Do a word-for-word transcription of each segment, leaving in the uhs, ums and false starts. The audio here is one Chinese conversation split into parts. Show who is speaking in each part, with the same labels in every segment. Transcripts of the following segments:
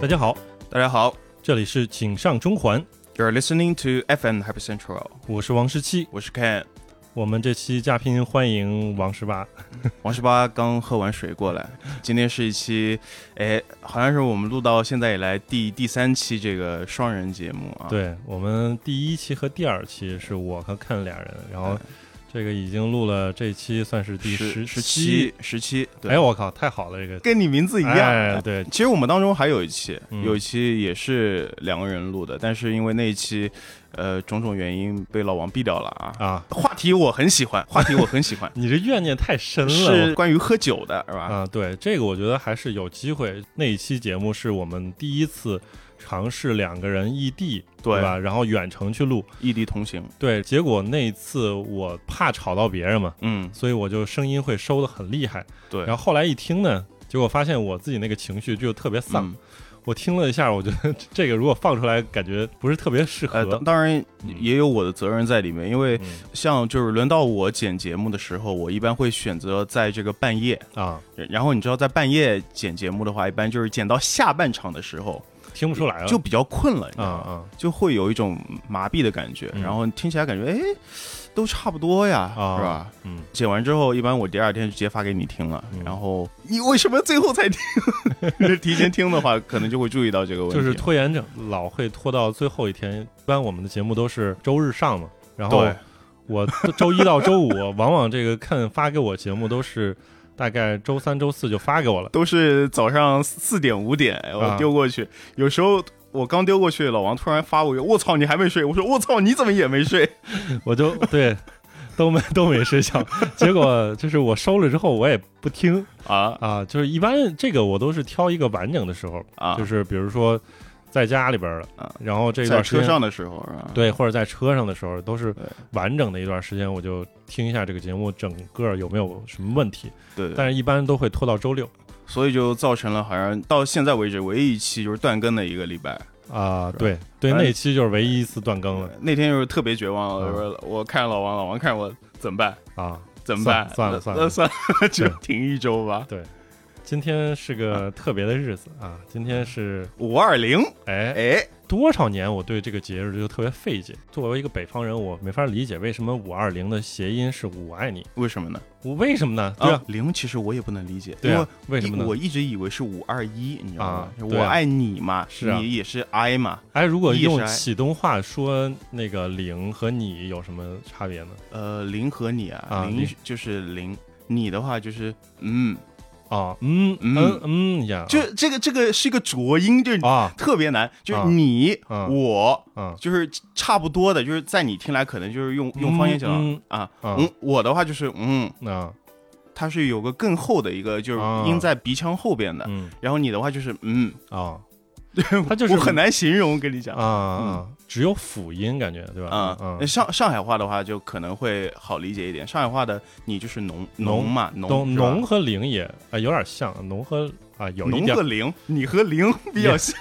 Speaker 1: 大家好，
Speaker 2: 大家好，
Speaker 1: 这里是请上中环
Speaker 2: You're listening to F M Hyper Central，
Speaker 1: 我是王十七，
Speaker 2: 我是 Ken。
Speaker 1: 我们这期嘉宾欢迎王十八。
Speaker 2: 王十八刚喝完水过来，今天是一期，哎，好像是我们录到现在以来第第三期这个双人节目啊。
Speaker 1: 对，我们第一期和第二期是我和 Ken 俩人，然后这个已经录了，这期算是第十
Speaker 2: 十七十七。
Speaker 1: 哎，我靠，太好了，这个
Speaker 2: 跟你名字一样。
Speaker 1: 哎，对，
Speaker 2: 其实我们当中还有一期，
Speaker 1: 嗯、
Speaker 2: 有一期也是两个人录的，但是因为那一期。呃，种种原因被老王毙掉了啊！
Speaker 1: 啊，
Speaker 2: 话题我很喜欢，话题我很喜欢。
Speaker 1: 你这怨念太深了，
Speaker 2: 是关于喝酒的，是吧？
Speaker 1: 啊，对，这个我觉得还是有机会。那一期节目是我们第一次尝试两个人异地， 对, 对吧？然后远程去录，
Speaker 2: 异地同行。
Speaker 1: 对，结果那一次我怕吵到别人嘛，
Speaker 2: 嗯，
Speaker 1: 所以我就声音会收得很厉害。
Speaker 2: 对，
Speaker 1: 然后后来一听呢，结果发现我自己那个情绪就特别丧。嗯，我听了一下，我觉得这个如果放出来，感觉不是特别适合。
Speaker 2: 呃、当然也有我的责任在里面，因为像就是轮到我剪节目的时候，我一般会选择在这个半夜
Speaker 1: 啊。
Speaker 2: 然后你知道，在半夜剪节目的话，一般就是剪到下半场的时候，
Speaker 1: 听不出来了，
Speaker 2: 就比较困了，你知道吗？
Speaker 1: 啊啊，
Speaker 2: 就会有一种麻痹的感觉，
Speaker 1: 嗯、
Speaker 2: 然后听起来感觉哎。都差不多呀，
Speaker 1: 啊、
Speaker 2: 是吧？
Speaker 1: 嗯，
Speaker 2: 剪完之后，一般我第二天就直接发给你听了。嗯、然后你为什么最后才听？提前听的话，可能就会注意到这个问题。
Speaker 1: 就是拖延症，老会拖到最后一天。一般我们的节目都是周日上嘛，然后我周一到周五，往往这个看发给我节目都是大概周三、周四就发给我了，
Speaker 2: 都是早上四点、五点，我丢过去。啊、有时候。我刚丢过去，老王突然发我，我操，你还没睡？我说我操，你怎么也没睡？
Speaker 1: 我就对，都没都没睡觉。结果就是我收了之后，我也不听
Speaker 2: 啊
Speaker 1: 啊，就是一般这个我都是挑一个完整的时候
Speaker 2: 啊，
Speaker 1: 就是比如说在家里边了，
Speaker 2: 啊、
Speaker 1: 然后这一段时间
Speaker 2: 在车上的时候是吧？
Speaker 1: 对，或者在车上的时候，都是完整的一段时间，我就听一下这个节目整个有没有什么问题。
Speaker 2: 对，
Speaker 1: 但是一般都会拖到周六。
Speaker 2: 所以就造成了好像到现在为止唯一一期就是断更的一个礼拜
Speaker 1: 啊、呃，对对，那期就是唯一一次断更了。
Speaker 2: 那天就是特别绝望了，嗯、我看着老王，老王看着我怎么办
Speaker 1: 啊？
Speaker 2: 怎么办？
Speaker 1: 算了算了
Speaker 2: 算了，就停一周吧。
Speaker 1: 对，今天是个特别的日子啊！今天是
Speaker 2: 五二零，
Speaker 1: 哎
Speaker 2: 哎。
Speaker 1: 多少年我对这个节日就特别费解。作为一个北方人，我没法理解为什么五二零的谐音是我爱你。
Speaker 2: 为什么呢？
Speaker 1: 我为什么呢？对啊，
Speaker 2: 零其实我也不能理解。
Speaker 1: 对啊，
Speaker 2: 为
Speaker 1: 什么呢？
Speaker 2: 我一直以为是五二一，你知道吗？
Speaker 1: 啊、
Speaker 2: 我爱你嘛，
Speaker 1: 是啊，
Speaker 2: 你也是 I 嘛。
Speaker 1: 哎，如果用启东话说那个零和你有什么差别呢？
Speaker 2: 呃，零和你啊，
Speaker 1: 啊
Speaker 2: 零就是零，你的话就是嗯。
Speaker 1: 哦，嗯嗯嗯呀，
Speaker 2: 就这个这个是一个浊音，就是
Speaker 1: 啊
Speaker 2: 特别难，就是你、
Speaker 1: 啊、
Speaker 2: 我、
Speaker 1: 啊，
Speaker 2: 就是差不多的，就是在你听来可能就是用、嗯、用方言讲、
Speaker 1: 嗯、
Speaker 2: 啊，
Speaker 1: 嗯，
Speaker 2: 嗯我的话就是嗯
Speaker 1: 啊，
Speaker 2: 它是有个更厚的一个，就是音在鼻腔后边的，
Speaker 1: 嗯，
Speaker 2: 然后你的话就是嗯
Speaker 1: 啊，
Speaker 2: 它就是我很难形容，跟你讲
Speaker 1: 啊、嗯，只有辅音感觉对吧？
Speaker 2: 啊、嗯嗯，上上海话的话就可能会好理解一点，上海话的你就是浓浓嘛，浓
Speaker 1: 浓和零也啊有点像，浓和啊有一点，
Speaker 2: 浓和零，你和零比较像。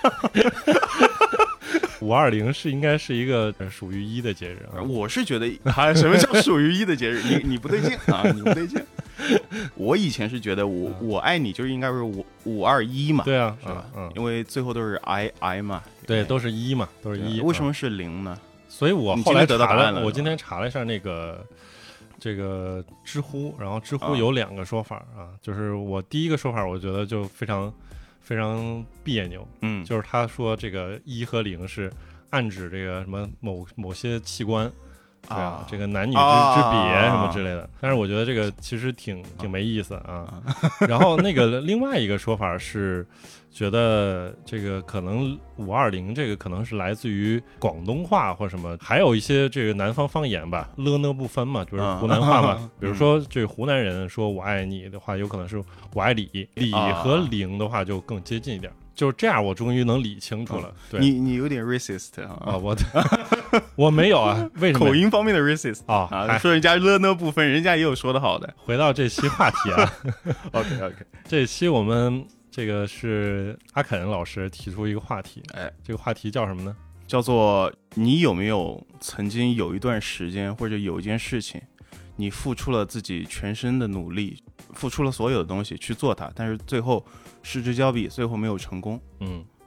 Speaker 1: 五二零是应该是一个属于一的节日啊，
Speaker 2: 我是觉得啊，什么叫属于一的节日？你你不对劲啊，你不对劲。我以前是觉得我我爱你就是应该是五五二一嘛，
Speaker 1: 对啊，
Speaker 2: 是吧？
Speaker 1: 嗯，
Speaker 2: 因为最后都是 I I 嘛，
Speaker 1: 对，都是一嘛，都是一。
Speaker 2: 为什么是零呢？
Speaker 1: 所以我后来
Speaker 2: 得到答案了。
Speaker 1: 我今天查了一下那个这个知乎，然后知乎有两个说法啊，就是我第一个说法，我觉得就非常非常别扭，
Speaker 2: 嗯，
Speaker 1: 就是他说这个一和零是暗指这个什么某某些器官。对啊，这个男女之之别什么之类的，啊、但是我觉得这个其实挺挺没意思啊。然后那个另外一个说法是，觉得这个可能五二零这个可能是来自于广东话或什么，还有一些这个南方方言吧，了呢不分嘛，就是湖南话嘛。
Speaker 2: 啊、
Speaker 1: 比如说这个湖南人说我爱你的话，有可能是我爱你，李和零的话就更接近一点。就是这样，我终于能理清楚了。嗯、对
Speaker 2: 你你有点 racist 啊！
Speaker 1: 啊我我没有啊，为什么？
Speaker 2: 口音方面的 racist
Speaker 1: 啊、
Speaker 2: 哦、啊，说人家了呢不分，人家也有说的好的。
Speaker 1: 回到这期话题啊
Speaker 2: ，OK OK，
Speaker 1: 这期我们这个是阿肯老师提出一个话题，
Speaker 2: 哎，
Speaker 1: 这个话题叫什么呢？
Speaker 2: 叫做你有没有曾经有一段时间或者有一件事情，你付出了自己全身的努力，付出了所有的东西去做它，但是最后失之交臂，最后没有成功。
Speaker 1: 嗯，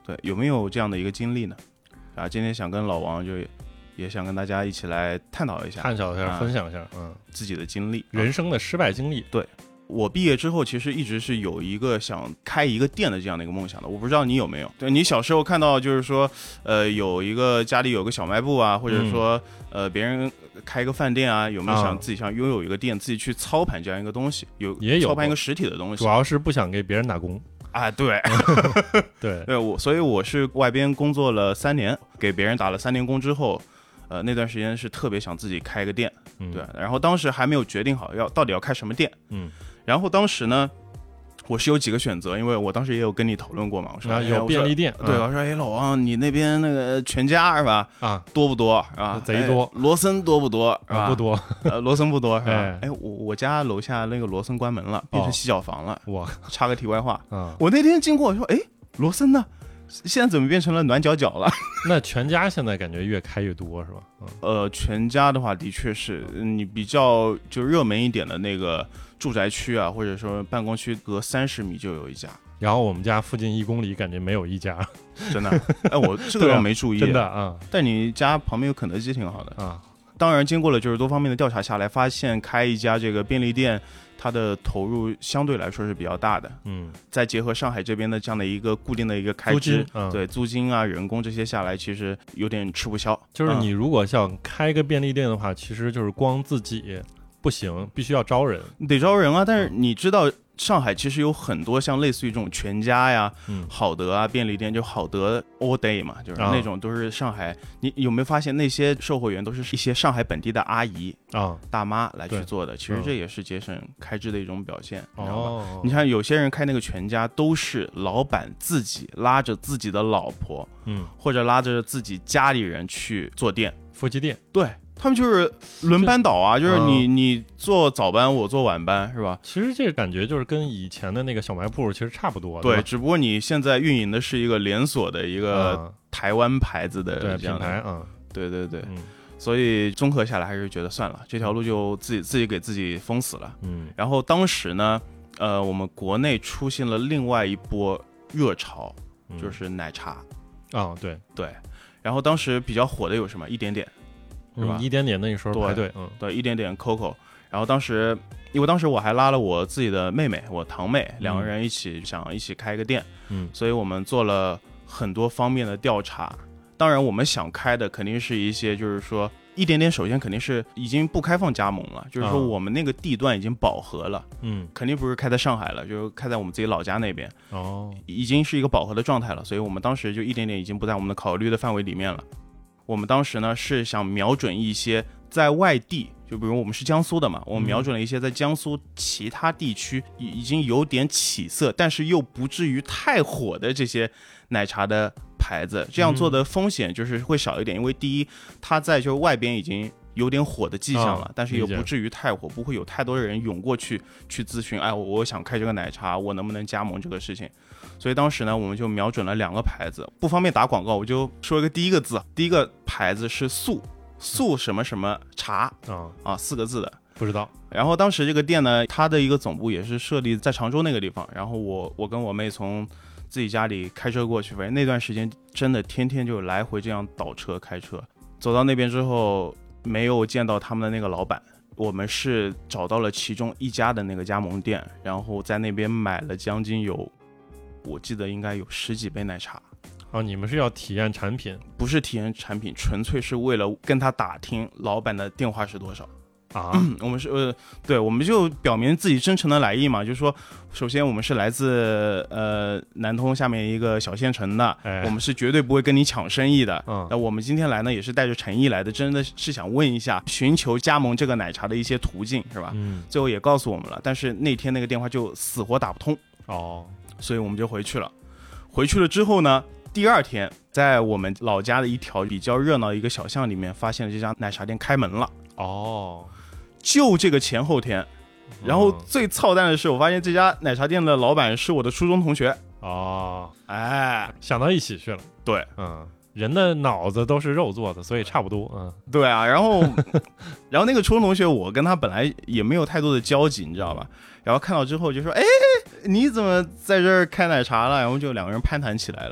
Speaker 2: 对，有没有这样的一个经历呢？啊，今天想跟老王就也想跟大家一起来探讨一下，
Speaker 1: 探讨一下，啊、分享一下，嗯，
Speaker 2: 自己的经历，
Speaker 1: 人生的失败经历。
Speaker 2: 对。我毕业之后，其实一直是有一个想开一个店的这样的一个梦想的。我不知道你有没有？对，你小时候看到就是说，呃，有一个家里有个小卖部啊，或者说、嗯、呃别人开一个饭店啊，有没有想自己想拥有一个店，自己去操盘这样一个东西？有，
Speaker 1: 也有
Speaker 2: 操盘一个实体的东西。
Speaker 1: 主要是不想给别人打工
Speaker 2: 啊，对，
Speaker 1: 对
Speaker 2: 对，我所以我是外边工作了三年，给别人打了三年工之后。呃，那段时间是特别想自己开一个店，嗯、对，然后当时还没有决定好要到底要开什么店，嗯，然后当时呢，我是有几个选择，因为我当时也有跟你讨论过嘛，我说、
Speaker 1: 啊、有便利店，
Speaker 2: 我对，我说哎老王，你那边那个全家是吧？啊，多不多是吧？
Speaker 1: 贼多。
Speaker 2: 哎、罗森多不多是吧？
Speaker 1: 啊、不多，
Speaker 2: 呃，罗森不多是吧？哎, 哎，我我家楼下那个罗森关门了，变成洗脚房了。哇、哦，插个题外话，啊，我那天经过说，哎，罗森呢？现在怎么变成了暖脚脚了？
Speaker 1: 那全家现在感觉越开越多是吧？嗯、
Speaker 2: 呃，全家的话的确是你比较就热门一点的那个住宅区啊，或者说办公区，隔三十米就有一家。
Speaker 1: 然后我们家附近一公里感觉没有一家，
Speaker 2: 真的。哎，我这个倒没注意，
Speaker 1: 真的啊。
Speaker 2: 但你家旁边有肯德基挺好的啊。当然，经过了就是多方面的调查下来，发现开一家这个便利店。它的投入相对来说是比较大的，嗯，再结合上海这边的这样的一个固定的一个开支，嗯、对租金啊、人工这些下来，其实有点吃不消。
Speaker 1: 就是你如果想开个便利店的话，嗯、其实就是光自己不行，必须要招人，
Speaker 2: 得招人啊。但是你知道。上海其实有很多像类似于这种全家呀、嗯、好德啊便利店，就好德 all day 嘛，就是那种都是上海。你有没有发现那些售货员都是一些上海本地的阿姨啊、大妈来去做的？其实这也是节省开支的一种表现，你知道吗？你看有些人开那个全家，都是老板自己拉着自己的老婆，嗯，或者拉着自己家里人去做店，
Speaker 1: 夫妻店，
Speaker 2: 对。他们就是轮班倒啊，就是你、嗯、你做早班，我做晚班，是吧？
Speaker 1: 其实这个感觉就是跟以前的那个小卖部其实差不多，
Speaker 2: 对，对只不过你现在运营的是一个连锁的一个台湾牌子的这样的、
Speaker 1: 嗯、品牌，嗯，
Speaker 2: 对对对，嗯、所以综合下来还是觉得算了，这条路就自己自己给自己封死了，嗯。然后当时呢，呃，我们国内出现了另外一波热潮，嗯、就是奶茶，
Speaker 1: 啊、哦，对
Speaker 2: 对。然后当时比较火的有什么？一点点。是吧？
Speaker 1: 嗯、一点点那个时候排队，嗯，
Speaker 2: 对，一点点 Coco。然后当时，因为当时我还拉了我自己的妹妹，我堂妹，两个人一起、嗯、想一起开一个店，嗯，所以我们做了很多方面的调查。当然，我们想开的肯定是一些，就是说一点点，首先肯定是已经不开放加盟了，就是说我们那个地段已经饱和了，嗯，肯定不是开在上海了，就是开在我们自己老家那边，哦，已经是一个饱和的状态了。所以我们当时就一点点已经不在我们的考虑的范围里面了。我们当时呢是想瞄准一些在外地，就比如我们是江苏的嘛，我们瞄准了一些在江苏其他地区已经有点起色，但是又不至于太火的这些奶茶的牌子，这样做的风险就是会少一点，因为第一，它在就外边已经有点火的迹象了，哦、但是又不至于太火，不会有太多的人涌过去去咨询，哎，我我想开这个奶茶，我能不能加盟这个事情？所以当时呢，我们就瞄准了两个牌子，不方便打广告，我就说一个第一个字，第一个牌子是素素什么什么茶、哦、啊，四个字的，
Speaker 1: 不知道。
Speaker 2: 然后当时这个店呢，它的一个总部也是设立在常州那个地方，然后我我跟我妹从自己家里开车过去，反正那段时间真的天天就来回这样倒车开车，走到那边之后没有见到他们的那个老板。我们是找到了其中一家的那个加盟店，然后在那边买了将近有，我记得应该有十几杯奶茶。
Speaker 1: 哦，你们是要体验产品？
Speaker 2: 不是体验产品，纯粹是为了跟他打听老板的电话是多少
Speaker 1: 啊、
Speaker 2: 嗯？我们是呃，对，我们就表明自己真诚的来意嘛，就是说，首先我们是来自呃南通下面一个小县城的，哎、我们是绝对不会跟你抢生意的。嗯，那我们今天来呢，也是带着诚意来的，真的是想问一下，寻求加盟这个奶茶的一些途径，是吧？嗯，最后也告诉我们了，但是那天那个电话就死活打不通。
Speaker 1: 哦，
Speaker 2: 所以我们就回去了。回去了之后呢？第二天，在我们老家的一条比较热闹的一个小巷里面，发现了这家奶茶店开门了。
Speaker 1: 哦，
Speaker 2: 就这个前后天，然后最操蛋的是，我发现这家奶茶店的老板是我的初中同学。
Speaker 1: 哦，
Speaker 2: 哎，
Speaker 1: 想到一起去了。
Speaker 2: 对，
Speaker 1: 嗯，人的脑子都是肉做的，所以差不多。嗯，
Speaker 2: 对啊，然后，然后那个初中同学，我跟他本来也没有太多的交集，你知道吧？然后看到之后就说：“哎，你怎么在这儿开奶茶了？”然后就两个人攀谈起来了嘛。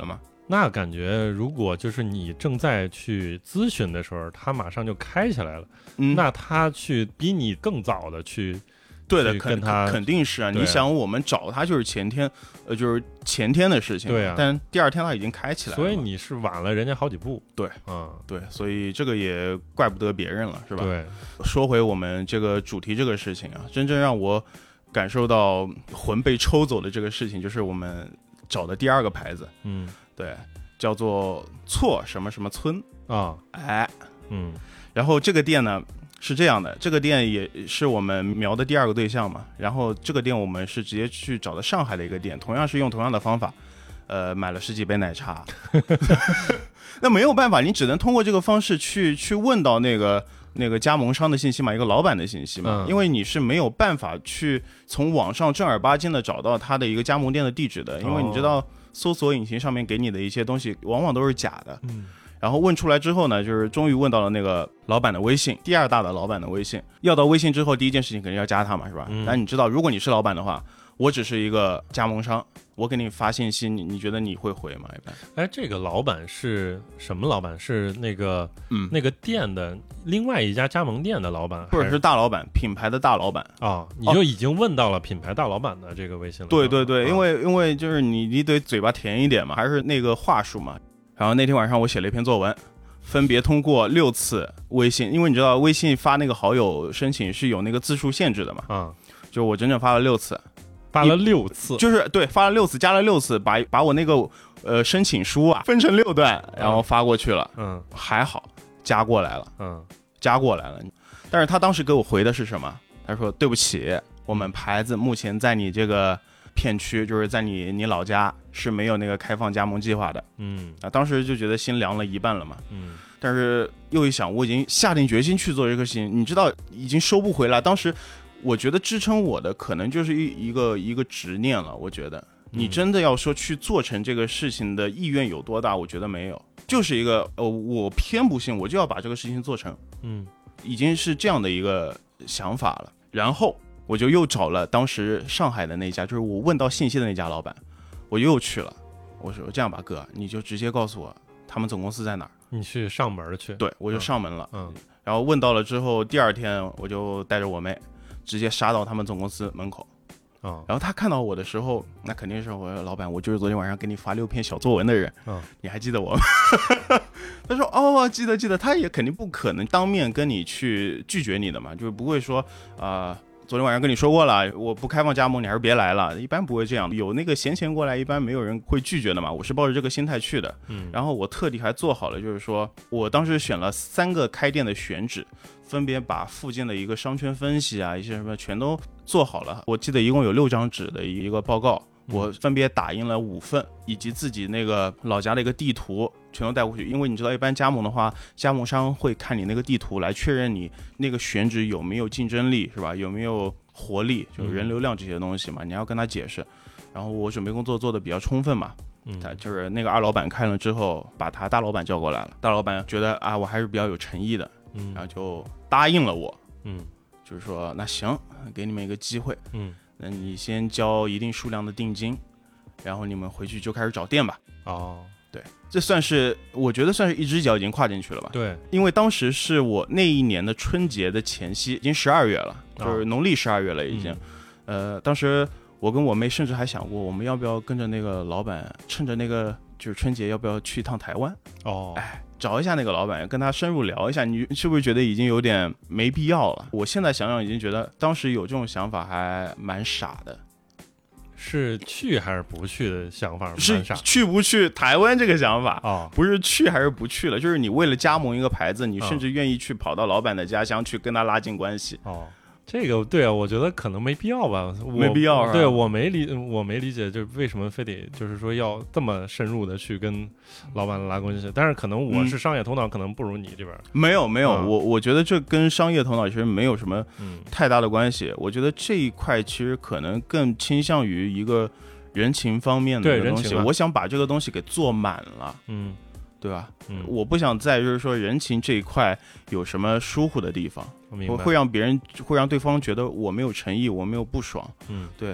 Speaker 1: 那感觉如果就是你正在去咨询的时候，他马上就开起来了，嗯、那他去比你更早的去。
Speaker 2: 对的，肯肯定是啊！你想，我们找他就是前天，呃，就是前天的事情，
Speaker 1: 对啊。
Speaker 2: 但第二天他已经开起来了，
Speaker 1: 所以你是晚了人家好几步。
Speaker 2: 对，
Speaker 1: 嗯，
Speaker 2: 对，所以这个也怪不得别人了，是吧？
Speaker 1: 对。
Speaker 2: 说回我们这个主题这个事情啊，真正让我感受到魂被抽走的这个事情，就是我们找的第二个牌子，
Speaker 1: 嗯，
Speaker 2: 对，叫做错什么什么村
Speaker 1: 啊，
Speaker 2: 哎，
Speaker 1: 嗯，
Speaker 2: 然后这个店呢。是这样的，这个店也是我们瞄的第二个对象嘛。然后这个店我们是直接去找的上海的一个店，同样是用同样的方法，呃，买了十几杯奶茶。那没有办法，你只能通过这个方式去去问到那个那个加盟商的信息嘛，一个老板的信息嘛，
Speaker 1: 嗯、
Speaker 2: 因为你是没有办法去从网上正儿八经的找到他的一个加盟店的地址的，因为你知道搜索引擎上面给你的一些东西往往都是假的。
Speaker 1: 嗯。
Speaker 2: 然后问出来之后呢，就是终于问到了那个老板的微信，第二大的老板的微信。要到微信之后，第一件事情肯定要加他嘛，是吧？
Speaker 1: 嗯、
Speaker 2: 但你知道，如果你是老板的话，我只是一个加盟商，我给你发信息，你你觉得你会回吗？一般？
Speaker 1: 哎，这个老板是什么老板？是那个
Speaker 2: 嗯
Speaker 1: 那个店的另外一家加盟店的老板，
Speaker 2: 或者是大老板，品牌的大老板
Speaker 1: 啊、哦？你就已经问到了品牌大老板的这个微信了？
Speaker 2: 对对对，
Speaker 1: 啊、
Speaker 2: 因为因为就是你你得嘴巴甜一点嘛，还是那个话术嘛。然后那天晚上我写了一篇作文。分别通过六次微信，因为你知道微信发那个好友申请是有那个字数限制的嘛，
Speaker 1: 啊、嗯，
Speaker 2: 就我整整发了六次，
Speaker 1: 发了六次，
Speaker 2: 就是对，发了六次，加了六次，把把我那个呃申请书啊分成六段，然后发过去了，
Speaker 1: 嗯，
Speaker 2: 还好加过来了，
Speaker 1: 嗯，
Speaker 2: 加过来了，但是他当时给我回的是什么？他说对不起，我们牌子目前在你这个片区，就是在你你老家是没有那个开放加盟计划的，
Speaker 1: 嗯
Speaker 2: 啊，当时就觉得心凉了一半了嘛，
Speaker 1: 嗯，
Speaker 2: 但是又一想，我已经下定决心去做这个事情，你知道已经收不回来。当时我觉得支撑我的可能就是一一个一个执念了。我觉得你真的要说去做成这个事情的意愿有多大，我觉得没有，就是一个呃，我偏不信，我就要把这个事情做成，
Speaker 1: 嗯，
Speaker 2: 已经是这样的一个想法了。然后我就又找了当时上海的那家，就是我问到信息的那家老板，我又去了。我说这样吧，哥，你就直接告诉我他们总公司在哪儿。
Speaker 1: 你去上门去？
Speaker 2: 对，我就上门了。
Speaker 1: 嗯，
Speaker 2: 然后问到了之后，第二天我就带着我妹直接杀到他们总公司门口。
Speaker 1: 哦，
Speaker 2: 然后他看到我的时候，那肯定是我说老板，我就是昨天晚上给你发六篇小作文的人。
Speaker 1: 嗯，
Speaker 2: 你还记得我吗？他说哦，记得记得。他也肯定不可能当面跟你去拒绝你的嘛，就是不会说啊。呃昨天晚上跟你说过了，我不开放加盟，你还是别来了。一般不会这样，有那个闲钱过来，一般没有人会拒绝的嘛。我是抱着这个心态去的，
Speaker 1: 嗯，
Speaker 2: 然后我特地还做好了，就是说我当时选了三个开店的选址，分别把附近的一个商圈分析啊，一些什么全都做好了。我记得一共有六张纸的一个报告，我分别打印了五份，以及自己那个老家的一个地图全都带过去。因为你知道一般加盟的话，加盟商会看你那个地图来确认你那个选址有没有竞争力，是吧？有没有活力，就人流量这些东西嘛，你要跟他解释。然后我准备工作做的比较充分嘛，
Speaker 1: 嗯，
Speaker 2: 他就是那个二老板看了之后，把他大老板叫过来了。大老板觉得啊，我还是比较有诚意的，
Speaker 1: 嗯，
Speaker 2: 然后就答应了我，
Speaker 1: 嗯，
Speaker 2: 就是说那行，给你们一个机会，
Speaker 1: 嗯，
Speaker 2: 那你先交一定数量的定金，然后你们回去就开始找店吧。
Speaker 1: 哦，
Speaker 2: 对，这算是我觉得算是一只脚已经跨进去了吧？
Speaker 1: 对，
Speaker 2: 因为当时是我那一年的春节的前夕，已经十二月了，就是农历十二月了已经。嗯、呃，当时我跟我妹甚至还想过，我们要不要跟着那个老板，趁着那个就是春节，要不要去一趟台湾？
Speaker 1: 哦，
Speaker 2: 哎，找一下那个老板，跟他深入聊一下。你是不是觉得已经有点没必要了？我现在想想，已经觉得当时有这种想法还蛮傻的。
Speaker 1: 是去还是不去的想法？
Speaker 2: 是去不去台湾这个想法
Speaker 1: 哦，
Speaker 2: 不是去还是不去了，就是你为了加盟一个牌子，你甚至愿意去跑到老板的家乡去跟他拉近关系。
Speaker 1: 哦，这个对啊，我觉得可能没必要吧，
Speaker 2: 没必要。
Speaker 1: 对，我没理，我没理解，就是为什么非得就是说要这么深入的去跟老板拉关系。但是可能我是商业头脑，可能不如你这边。嗯、
Speaker 2: 没有没有，嗯、我我觉得这跟商业头脑其实没有什么太大的关系。嗯、我觉得这一块其实可能更倾向于一个人情方面的东西。我想把这个东西给做满了。嗯。对吧？嗯，我不想再就是说人情这一块有什么疏忽的地方，我会让别人会让对方觉得我没有诚意，我没有不爽。嗯，对，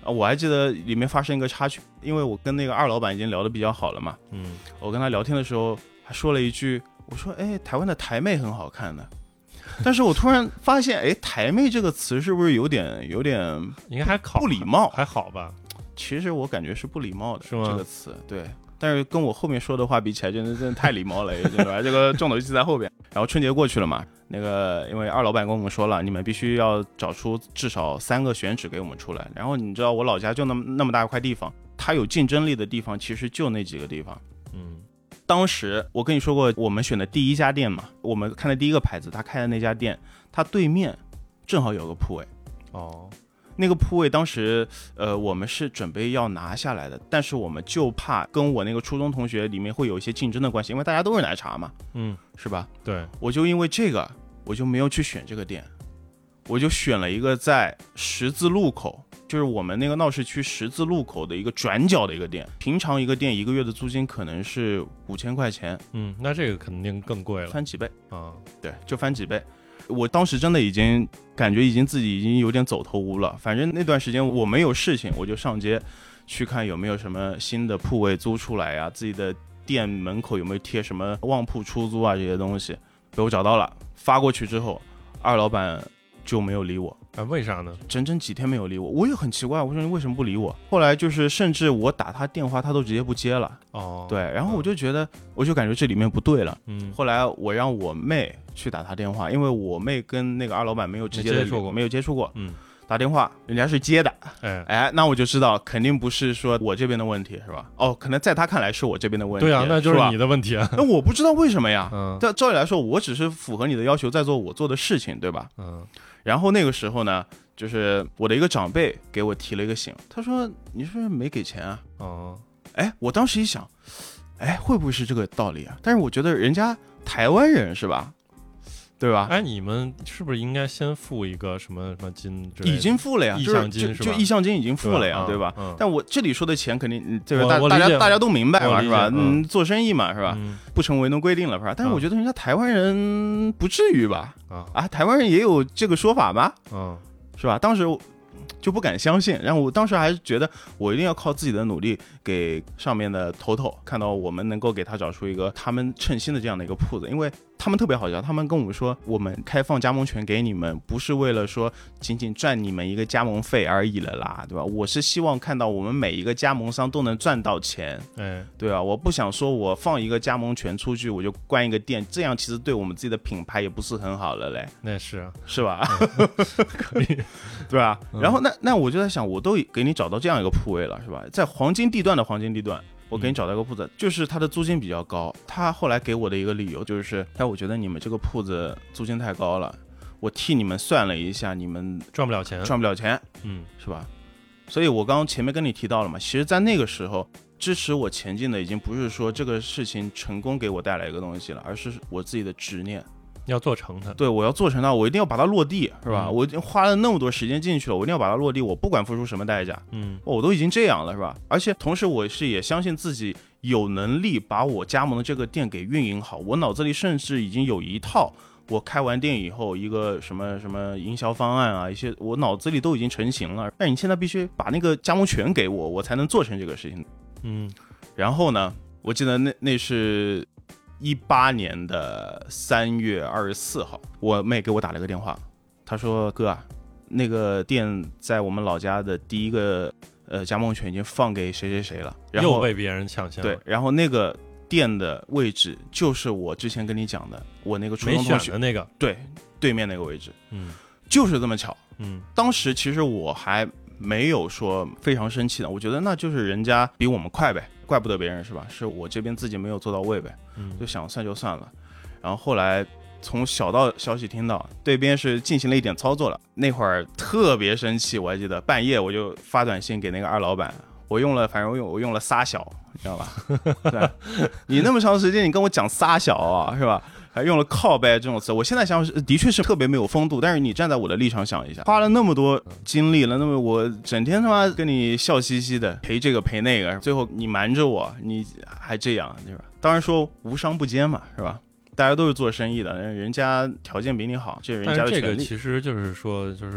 Speaker 2: 我还记得里面发生一个插曲，因为我跟那个二老板已经聊得比较好了嘛，
Speaker 1: 嗯，
Speaker 2: 我跟他聊天的时候还说了一句，我说哎，台湾的台妹很好看的，但是我突然发现，哎，台妹这个词是不是有点有点
Speaker 1: 应该还好，
Speaker 2: 不礼貌，
Speaker 1: 还好吧？
Speaker 2: 其实我感觉是不礼貌的，
Speaker 1: 是吗？
Speaker 2: 这个词，对。但是跟我后面说的话比起来，真的真的太礼貌了，对吧？这个重头戏在后边。然后春节过去了嘛，那个因为二老板跟我们说了，你们必须要找出至少三个选址给我们出来。然后你知道我老家就那么那么大一块地方，它有竞争力的地方其实就那几个地方。
Speaker 1: 嗯，
Speaker 2: 当时我跟你说过，我们选的第一家店嘛，我们看的第一个牌子，他开的那家店，它对面正好有个铺位。
Speaker 1: 哦。
Speaker 2: 那个铺位当时，呃，我们是准备要拿下来的，但是我们就怕跟我那个初中同学里面会有一些竞争的关系，因为大家都是奶茶嘛，
Speaker 1: 嗯，
Speaker 2: 是吧？
Speaker 1: 对，
Speaker 2: 我就因为这个，我就没有去选这个店，我就选了一个在十字路口，就是我们那个闹市区十字路口的一个转角的一个店。平常一个店一个月的租金可能是五千块钱，
Speaker 1: 嗯，那这个肯定更贵了，
Speaker 2: 翻几倍
Speaker 1: 啊！
Speaker 2: 对，就翻几倍。我当时真的已经感觉已经自己已经有点走投无了，反正那段时间我没有事情，我就上街去看有没有什么新的铺位租出来呀、啊，自己的店门口有没有贴什么旺铺出租啊这些东西，被我找到了，发过去之后，二老板就没有理我。
Speaker 1: 啊，为啥呢？
Speaker 2: 整整几天没有理我，我也很奇怪，我说你为什么不理我？后来就是甚至我打他电话，他都直接不接了。
Speaker 1: 哦，
Speaker 2: 对，然后我就觉得，我就感觉这里面不对了。
Speaker 1: 嗯，
Speaker 2: 后来我让我妹去打他电话，因为我妹跟那个二老板没有直接的
Speaker 1: 接触过，
Speaker 2: 没有接触过。
Speaker 1: 嗯，
Speaker 2: 打电话人家是接的，
Speaker 1: 哎
Speaker 2: 哎，那我就知道肯定不是说我这边的问题，是吧？哦，可能在他看来是我这边的问题。
Speaker 1: 对啊，那就是你的问题啊。
Speaker 2: 那我不知道为什么呀。
Speaker 1: 嗯，
Speaker 2: 但照理来说，我只是符合你的要求，在做我做的事情，对吧？
Speaker 1: 嗯。
Speaker 2: 然后那个时候呢，就是我的一个长辈给我提了一个醒，他说你是不是没给钱啊？
Speaker 1: 哦，
Speaker 2: 哎，我当时一想，哎，会不会是这个道理啊？但是我觉得人家台湾人是吧？对吧？
Speaker 1: 哎，你们是不是应该先付一个什么什么金之类的？
Speaker 2: 已经付了呀，
Speaker 1: 意向金
Speaker 2: 是吧？就意向金已经付了呀，对吧？
Speaker 1: 对吧？嗯、
Speaker 2: 但我这里说的钱肯定，这个
Speaker 1: 大
Speaker 2: 大家大家都明白嘛，是吧？
Speaker 1: 嗯，
Speaker 2: 做生意嘛，是吧？
Speaker 1: 嗯、
Speaker 2: 不成违农规定了，是吧？但是我觉得人家台湾人不至于吧？
Speaker 1: 啊
Speaker 2: 啊，台湾人也有这个说法吗？
Speaker 1: 嗯，
Speaker 2: 是吧？当时就不敢相信，然后我当时还是觉得我一定要靠自己的努力给上面的头头看到我们能够给他找出一个他们称心的这样的一个铺子，因为他们特别好笑，他们跟我们说我们开放加盟权给你们不是为了说仅仅赚你们一个加盟费而已了啦，对吧？我是希望看到我们每一个加盟商都能赚到钱，
Speaker 1: 哎，
Speaker 2: 对吧？我不想说我放一个加盟权出去我就关一个店，这样其实对我们自己的品牌也不是很好了嘞。
Speaker 1: 那是啊，
Speaker 2: 是吧？
Speaker 1: 嗯、可以，
Speaker 2: 对吧？然后那那我就在想，我都给你找到这样一个铺位了，是吧？在黄金地段的黄金地段。我给你找到一个铺子，嗯、就是它的租金比较高。他后来给我的一个理由就是，哎，我觉得你们这个铺子租金太高了，我替你们算了一下，你们
Speaker 1: 赚不了钱，
Speaker 2: 赚不了钱，
Speaker 1: 嗯，
Speaker 2: 是吧？所以我刚刚前面跟你提到了嘛，其实，在那个时候支持我前进的，已经不是说这个事情成功给我带来一个东西了，而是我自己的执念。
Speaker 1: 要做成它，
Speaker 2: 对，我要做成它，我一定要把它落地，是吧？
Speaker 1: 嗯、
Speaker 2: 我已经花了那么多时间进去了，我一定要把它落地，我不管付出什么代价，
Speaker 1: 嗯，
Speaker 2: 我都已经这样了，是吧？而且同时，我是也相信自己有能力把我加盟的这个店给运营好，我脑子里甚至已经有一套，我开完店以后一个什么什么营销方案啊，一些我脑子里都已经成型了。但你现在必须把那个加盟权给我，我才能做成这个事情。
Speaker 1: 嗯，
Speaker 2: 然后呢，我记得那那是。一八年的三月二十四号，我妹给我打了个电话，她说：“哥啊，那个店在我们老家的第一个呃加盟权已经放给谁谁谁了，然后
Speaker 1: 又被别人抢先了。
Speaker 2: 对，然后那个店的位置就是我之前跟你讲的，我那个初中同学
Speaker 1: 的那个，
Speaker 2: 对，对面那个位置，
Speaker 1: 嗯，
Speaker 2: 就是这么巧，
Speaker 1: 嗯，
Speaker 2: 当时其实我还没有说非常生气的，我觉得那就是人家比我们快呗。”怪不得别人是吧？是我这边自己没有做到位呗，
Speaker 1: 嗯，
Speaker 2: 就想算就算了。然后后来从小道消息听到，对边是进行了一点操作了。那会儿特别生气，我还记得半夜我就发短信给那个二老板，我用了，反正我用我用了仨小，你知道吧？对，你那么长时间你跟我讲仨小啊，是吧？还用了靠背这种词，我现在想的确是特别没有风度，但是你站在我的立场想一下，花了那么多精力了，那么我整天他妈跟你笑嘻嘻的陪这个陪那个，最后你瞒着我，你还这样，对吧？当然说无商不奸嘛，是吧？大家都是做生意的，人家条件比你好，这是人家的权利。
Speaker 1: 但是这个其实就是说，就是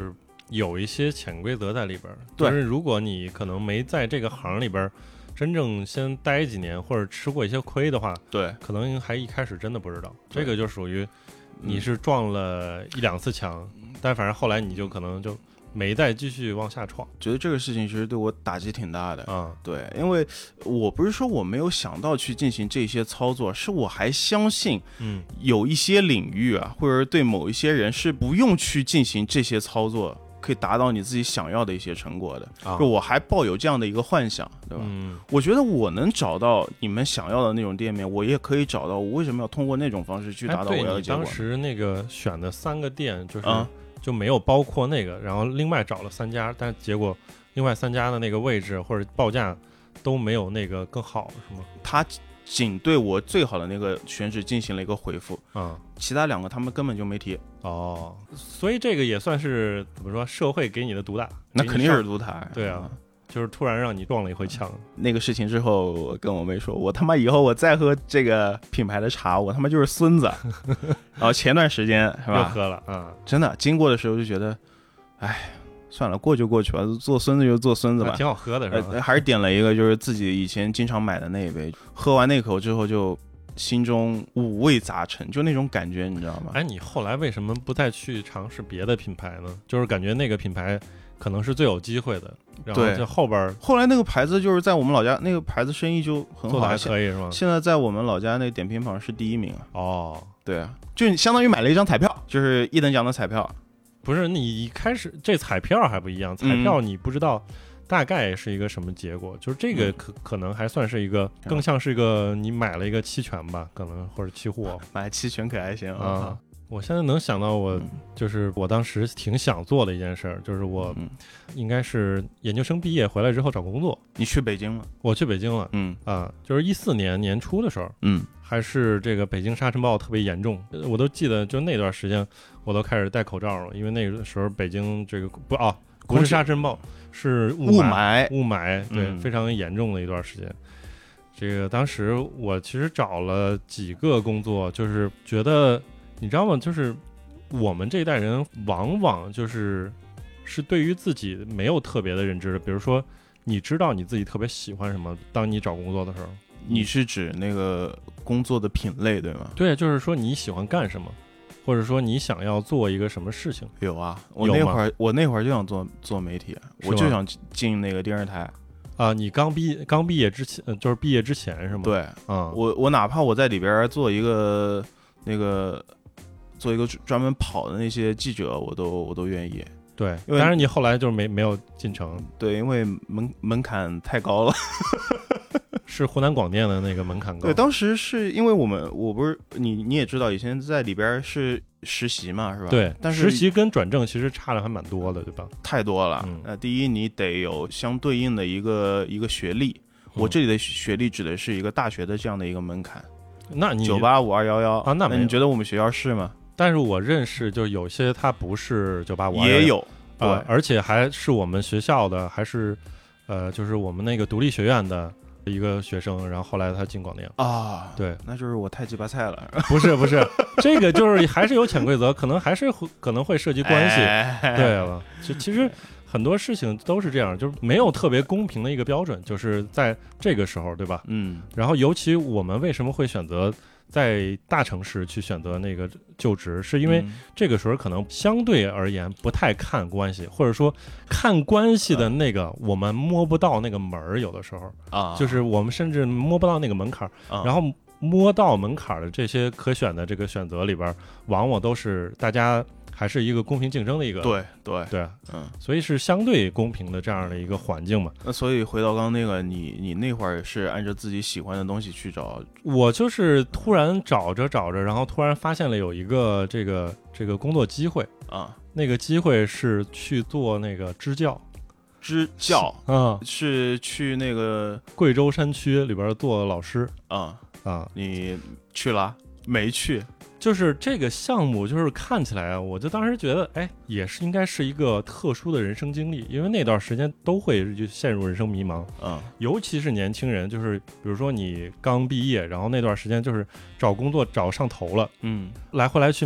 Speaker 1: 有一些潜规则在里边。
Speaker 2: 对，
Speaker 1: 就是如果你可能没在这个行里边真正先待几年，或者吃过一些亏的话，
Speaker 2: 对，
Speaker 1: 可能还一开始真的不知道。这个就属于你是撞了一两次墙，嗯、但反正后来你就可能就没再继续往下闯。
Speaker 2: 觉得这个事情其实对我打击挺大的
Speaker 1: 啊、嗯。
Speaker 2: 对，因为我不是说我没有想到去进行这些操作，是我还相信，
Speaker 1: 嗯，
Speaker 2: 有一些领域啊，或者对某一些人是不用去进行这些操作，可以达到你自己想要的一些成果的。
Speaker 1: 啊、
Speaker 2: 就我还抱有这样的一个幻想，对吧？
Speaker 1: 嗯，
Speaker 2: 我觉得我能找到你们想要的那种店面，我也可以找到。我为什么要通过那种方式去达到我要的结果？
Speaker 1: 当时那个选的三个店就是。
Speaker 2: 嗯
Speaker 1: 就没有包括那个，然后另外找了三家，但结果另外三家的那个位置或者报价都没有那个更好，是吗？
Speaker 2: 他仅对我最好的那个选址进行了一个回复，
Speaker 1: 啊、嗯，
Speaker 2: 其他两个他们根本就没提。
Speaker 1: 哦，所以这个也算是怎么说，社会给你的毒打，
Speaker 2: 那肯定是毒打。
Speaker 1: 对啊。嗯，就是突然让你撞了一回墙。
Speaker 2: 那个事情之后，我跟我妹说，我他妈以后我再喝这个品牌的茶，我他妈就是孙子。然后前段时间是吧，
Speaker 1: 又喝了啊、嗯，
Speaker 2: 真的经过的时候就觉得，哎，算了，过就过去吧，做孙子就做孙子吧。
Speaker 1: 挺好喝的是吧、
Speaker 2: 呃？还是点了一个就是自己以前经常买的那一杯，喝完那口之后就心中五味杂陈，就那种感觉，你知道吗？
Speaker 1: 哎，你后来为什么不再去尝试别的品牌呢？就是感觉那个品牌可能是最有机会的。然后就后边
Speaker 2: 后来那个牌子就是在我们老家那个牌子生意就很好，
Speaker 1: 做的还可以是吗？
Speaker 2: 现在在我们老家那个点评榜是第一名。
Speaker 1: 哦，
Speaker 2: 对啊，就相当于买了一张彩票，就是一等奖的彩票。
Speaker 1: 不是，你一开始这彩票还不一样，彩票你不知道大概是一个什么结果，嗯、就是这个可可能还算是一个，更像是一个你买了一个期权吧，可能或者期货。
Speaker 2: 买期权可还行
Speaker 1: 啊。我现在能想到我，就是我当时挺想做的一件事，就是我应该是研究生毕业回来之后找工作。
Speaker 2: 你去北京了？
Speaker 1: 我去北京了，
Speaker 2: 嗯
Speaker 1: 啊，就是一四年年初的时候，
Speaker 2: 嗯，
Speaker 1: 还是这个北京沙尘暴特别严重，我都记得，就那段时间我都开始戴口罩了，因为那个时候北京这个不啊，不是沙尘暴，是雾霾，雾霾，对、嗯，非常严重的一段时间。这个当时我其实找了几个工作，就是觉得。你知道吗？就是我们这一代人往往就是是对于自己没有特别的认知的。比如说，你知道你自己特别喜欢什么，当你找工作的时候，
Speaker 2: 你是指那个工作的品类对吗？
Speaker 1: 对，就是说你喜欢干什么，或者说你想要做一个什么事情。
Speaker 2: 有啊，我那会儿我那会儿就想做做媒体，我就想进那个电视台。
Speaker 1: 啊，你刚毕刚毕业之前，就是毕业之前是吗？
Speaker 2: 对，
Speaker 1: 啊、嗯，
Speaker 2: 我我哪怕我在里边做一个那个。做一个专门跑的那些记者，我都我都愿意。
Speaker 1: 对，当然你后来就没没有进城。
Speaker 2: 对，因为门门槛太高了。
Speaker 1: 是湖南广电的那个门槛高。
Speaker 2: 对，当时是因为我们，我不是你你也知道，以前在里边是实习嘛，是吧？
Speaker 1: 对，
Speaker 2: 但是
Speaker 1: 实习跟转正其实差的还蛮多的，对吧？
Speaker 2: 太多了。
Speaker 1: 嗯、
Speaker 2: 呃，第一你得有相对应的一个一个学历，我这里的学历指的是一个大学的这样的一个门槛。
Speaker 1: 那你
Speaker 2: 九八五二幺幺
Speaker 1: 啊？那
Speaker 2: 你觉得我们学校是吗？
Speaker 1: 但是我认识，就有些他不是九八五，
Speaker 2: 也有
Speaker 1: 啊、呃，而且还是我们学校的，还是呃，就是我们那个独立学院的一个学生，然后后来他进广电
Speaker 2: 啊，
Speaker 1: 对，
Speaker 2: 那就是我太鸡巴菜了。
Speaker 1: 不是不是，这个就是还是有潜规则，可能还是可能会涉及关系。
Speaker 2: 哎、
Speaker 1: 对了，就其实很多事情都是这样，就是没有特别公平的一个标准，就是在这个时候，对吧？
Speaker 2: 嗯，
Speaker 1: 然后尤其我们为什么会选择在大城市去选择那个就职，是因为这个时候可能相对而言不太看关系，或者说看关系的那个我们摸不到那个门儿，有的时候
Speaker 2: 啊，
Speaker 1: 就是我们甚至摸不到那个门槛，
Speaker 2: 啊、
Speaker 1: 然后摸到门槛的这些可选的这个选择里边，往往都是大家还是一个公平竞争的一个，
Speaker 2: 对对
Speaker 1: 对，
Speaker 2: 嗯，
Speaker 1: 所以是相对公平的这样的一个环境嘛。
Speaker 2: 那所以回到刚刚那个，你你那会儿是按照自己喜欢的东西去找？
Speaker 1: 我就是突然找着找着，然后突然发现了有一个这个这个工作机会
Speaker 2: 啊，
Speaker 1: 那个机会是去做那个支教，
Speaker 2: 支教
Speaker 1: 啊、嗯，
Speaker 2: 是去那个
Speaker 1: 贵州山区里边做老师
Speaker 2: 啊
Speaker 1: 啊，
Speaker 2: 你去了没去？
Speaker 1: 就是这个项目，就是看起来啊，我就当时觉得，哎，也是应该是一个特殊的人生经历，因为那段时间都会就陷入人生迷茫，
Speaker 2: 嗯，
Speaker 1: 尤其是年轻人，就是比如说你刚毕业，然后那段时间就是找工作找上头了，
Speaker 2: 嗯，
Speaker 1: 来回来去面，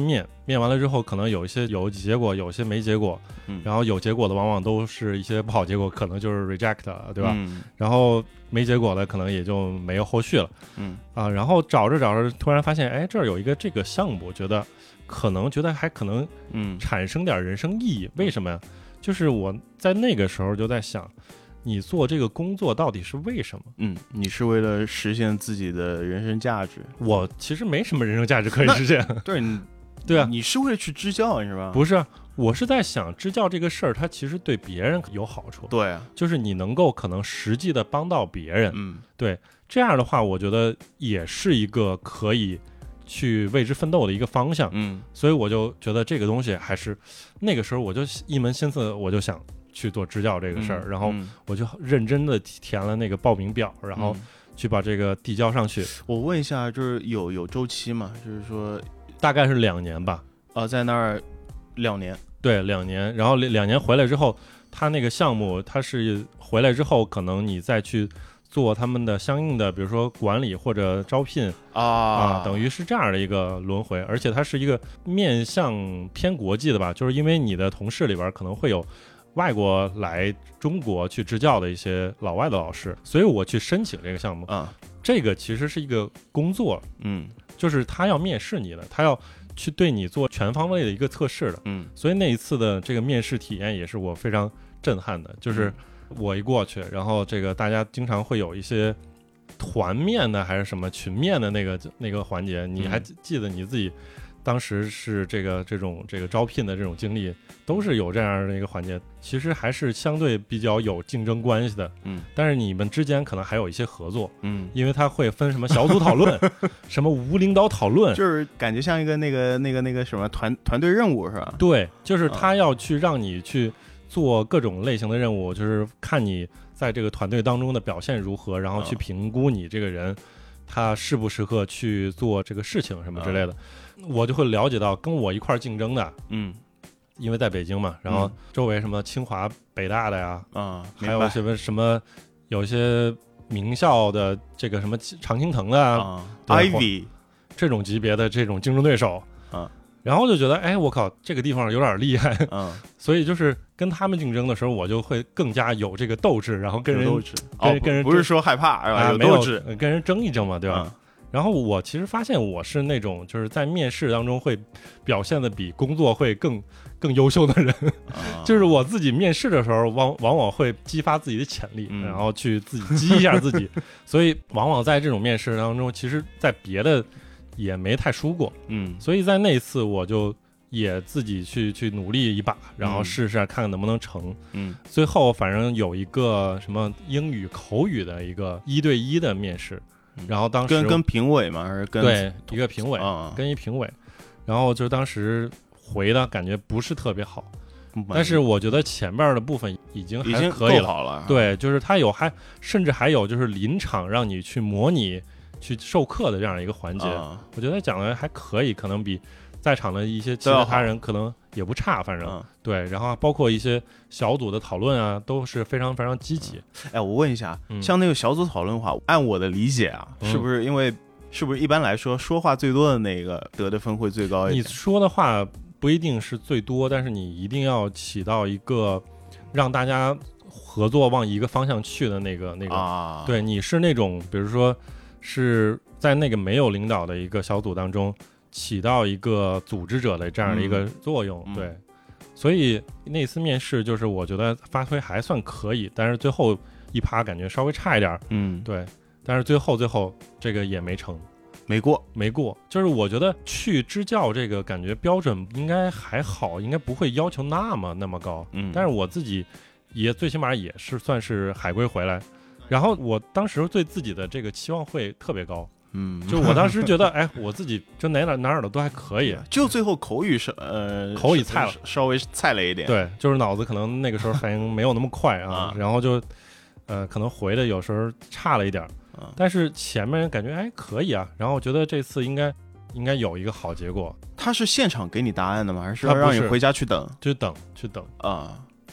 Speaker 1: 面完了之后可能有一些有结果，有些没结果，
Speaker 2: 嗯，
Speaker 1: 然后有结果的往往都是一些不好结果，可能就是 reject 对吧、
Speaker 2: 嗯、
Speaker 1: 然后没结果的可能也就没有后续了，
Speaker 2: 嗯
Speaker 1: 啊，然后找着找着突然发现哎这儿有一个这个项目，觉得可能觉得还可能
Speaker 2: 嗯
Speaker 1: 产生点人生意义、嗯、为什么呀？就是我在那个时候就在想，你做这个工作到底是为什么？
Speaker 2: 嗯，你是为了实现自己的人生价值。
Speaker 1: 我其实没什么人生价值可以实现。
Speaker 2: 对，你
Speaker 1: 对啊，
Speaker 2: 你是为了去支教是吧？
Speaker 1: 不是，我是在想支教这个事儿，它其实对别人有好处。
Speaker 2: 对啊，
Speaker 1: 就是你能够可能实际的帮到别人。
Speaker 2: 嗯，
Speaker 1: 对，这样的话，我觉得也是一个可以去为之奋斗的一个方向。
Speaker 2: 嗯，
Speaker 1: 所以我就觉得这个东西还是那个时候我就一门心思，我就想去做支教这个事儿、嗯，然后我就认真的填了那个报名表，然后去把这个递交上去。
Speaker 2: 我问一下，就是有有周期吗？就是说
Speaker 1: 大概是两年吧。
Speaker 2: 啊，在那儿两年。
Speaker 1: 对，两年。然后两年回来之后，他那个项目，他是回来之后，可能你再去做他们的相应的，比如说管理或者招聘
Speaker 2: 啊
Speaker 1: 啊，等于是这样的一个轮回。而且它是一个面向偏国际的吧，就是因为你的同事里边可能会有外国来中国去支教的一些老外的老师，所以我去申请这个项目
Speaker 2: 啊，
Speaker 1: 这个其实是一个工作，
Speaker 2: 嗯，
Speaker 1: 就是他要面试你的，他要去对你做全方位的一个测试的，
Speaker 2: 嗯，
Speaker 1: 所以那一次的这个面试体验也是我非常震撼的，就是我一过去，然后这个大家经常会有一些团面的还是什么群面的那个那个环节，你还记得你自己当时是这个这种这个招聘的这种经历，都是有这样的一个环节，其实还是相对比较有竞争关系的，
Speaker 2: 嗯，
Speaker 1: 但是你们之间可能还有一些合作，
Speaker 2: 嗯，
Speaker 1: 因为它会分什么小组讨论，什么无领导讨论，
Speaker 2: 就是感觉像一个那个那个那个什么团团队任务是吧？
Speaker 1: 对，就是他要去让你去做各种类型的任务，就是看你在这个团队当中的表现如何，然后去评估你这个人他适不适合去做这个事情什么之类的。我就会了解到跟我一块竞争的，
Speaker 2: 嗯，
Speaker 1: 因为在北京嘛，然后周围什么清华北大的呀，
Speaker 2: 啊、
Speaker 1: 嗯，还有什么什么有些名校的这个什么常青藤的
Speaker 2: 啊 Ivy
Speaker 1: 这种级别的这种竞争对手
Speaker 2: 啊，
Speaker 1: 然后就觉得哎我靠这个地方有点厉害，
Speaker 2: 嗯，
Speaker 1: 所以就是跟他们竞争的时候，我就会更加有这个斗志，然后跟人
Speaker 2: 斗志，
Speaker 1: 跟、
Speaker 2: 哦、
Speaker 1: 跟人
Speaker 2: 不是说害怕是吧？
Speaker 1: 啊、
Speaker 2: 有斗志，
Speaker 1: 跟人争一争嘛，对吧？
Speaker 2: 嗯，
Speaker 1: 然后我其实发现我是那种就是在面试当中会表现的比工作会更更优秀的人，
Speaker 2: 啊、
Speaker 1: 就是我自己面试的时候往往往会激发自己的潜力，
Speaker 2: 嗯、
Speaker 1: 然后去自己激一下自己，所以往往在这种面试当中，其实在别的也没太输过，
Speaker 2: 嗯，
Speaker 1: 所以在那次我就也自己去去努力一把，然后试试看看能不能成，
Speaker 2: 嗯，
Speaker 1: 最后反正有一个什么英语口语的一个一对一的面试。然后当时
Speaker 2: 跟跟评委嘛，还是跟
Speaker 1: 对一个评委、
Speaker 2: 啊、
Speaker 1: 跟一评委，然后就当时回的感觉不是特别好，但是我觉得前边的部分已经还可以了，
Speaker 2: 好了
Speaker 1: 对，就是他有还甚至还有就是临场让你去模拟去授课的这样一个环节，
Speaker 2: 啊、
Speaker 1: 我觉得讲的还可以，可能比在场的一些其他人可能也不差，反正、
Speaker 2: 嗯、
Speaker 1: 对，然后包括一些小组的讨论啊，都是非常非常积极。
Speaker 2: 嗯、哎，我问一下、
Speaker 1: 嗯，
Speaker 2: 像那个小组讨论的话，按我的理解啊，
Speaker 1: 嗯、
Speaker 2: 是不是因为是不是一般来说说话最多的那个得的分会最高一点？
Speaker 1: 你说的话不一定是最多，但是你一定要起到一个让大家合作往一个方向去的那个那个、
Speaker 2: 啊、
Speaker 1: 对，你是那种比如说是在那个没有领导的一个小组当中起到一个组织者的这样的一个作用、
Speaker 2: 嗯、
Speaker 1: 对，所以那次面试就是我觉得发挥还算可以，但是最后一趴感觉稍微差一点，
Speaker 2: 嗯，
Speaker 1: 对，但是最后最后这个也没成，
Speaker 2: 没过
Speaker 1: 没过，就是我觉得去支教这个感觉标准应该还好，应该不会要求那么那么高，
Speaker 2: 嗯，
Speaker 1: 但是我自己也最起码也是算是海归回来，然后我当时对自己的这个期望会特别高，
Speaker 2: 嗯，
Speaker 1: 就我当时觉得哎我自己就哪哪哪儿的都还可以，
Speaker 2: 就最后口语是呃
Speaker 1: 口语菜了，
Speaker 2: 稍微菜了一点，
Speaker 1: 对，就是脑子可能那个时候反应没有那么快啊，
Speaker 2: 啊
Speaker 1: 然后就呃可能回的有时候差了一点，但是前面感觉哎可以啊，然后我觉得这次应该应该有一个好结果。
Speaker 2: 他是现场给你答案的吗？还是要让你回家去等？
Speaker 1: 去等去等
Speaker 2: 啊，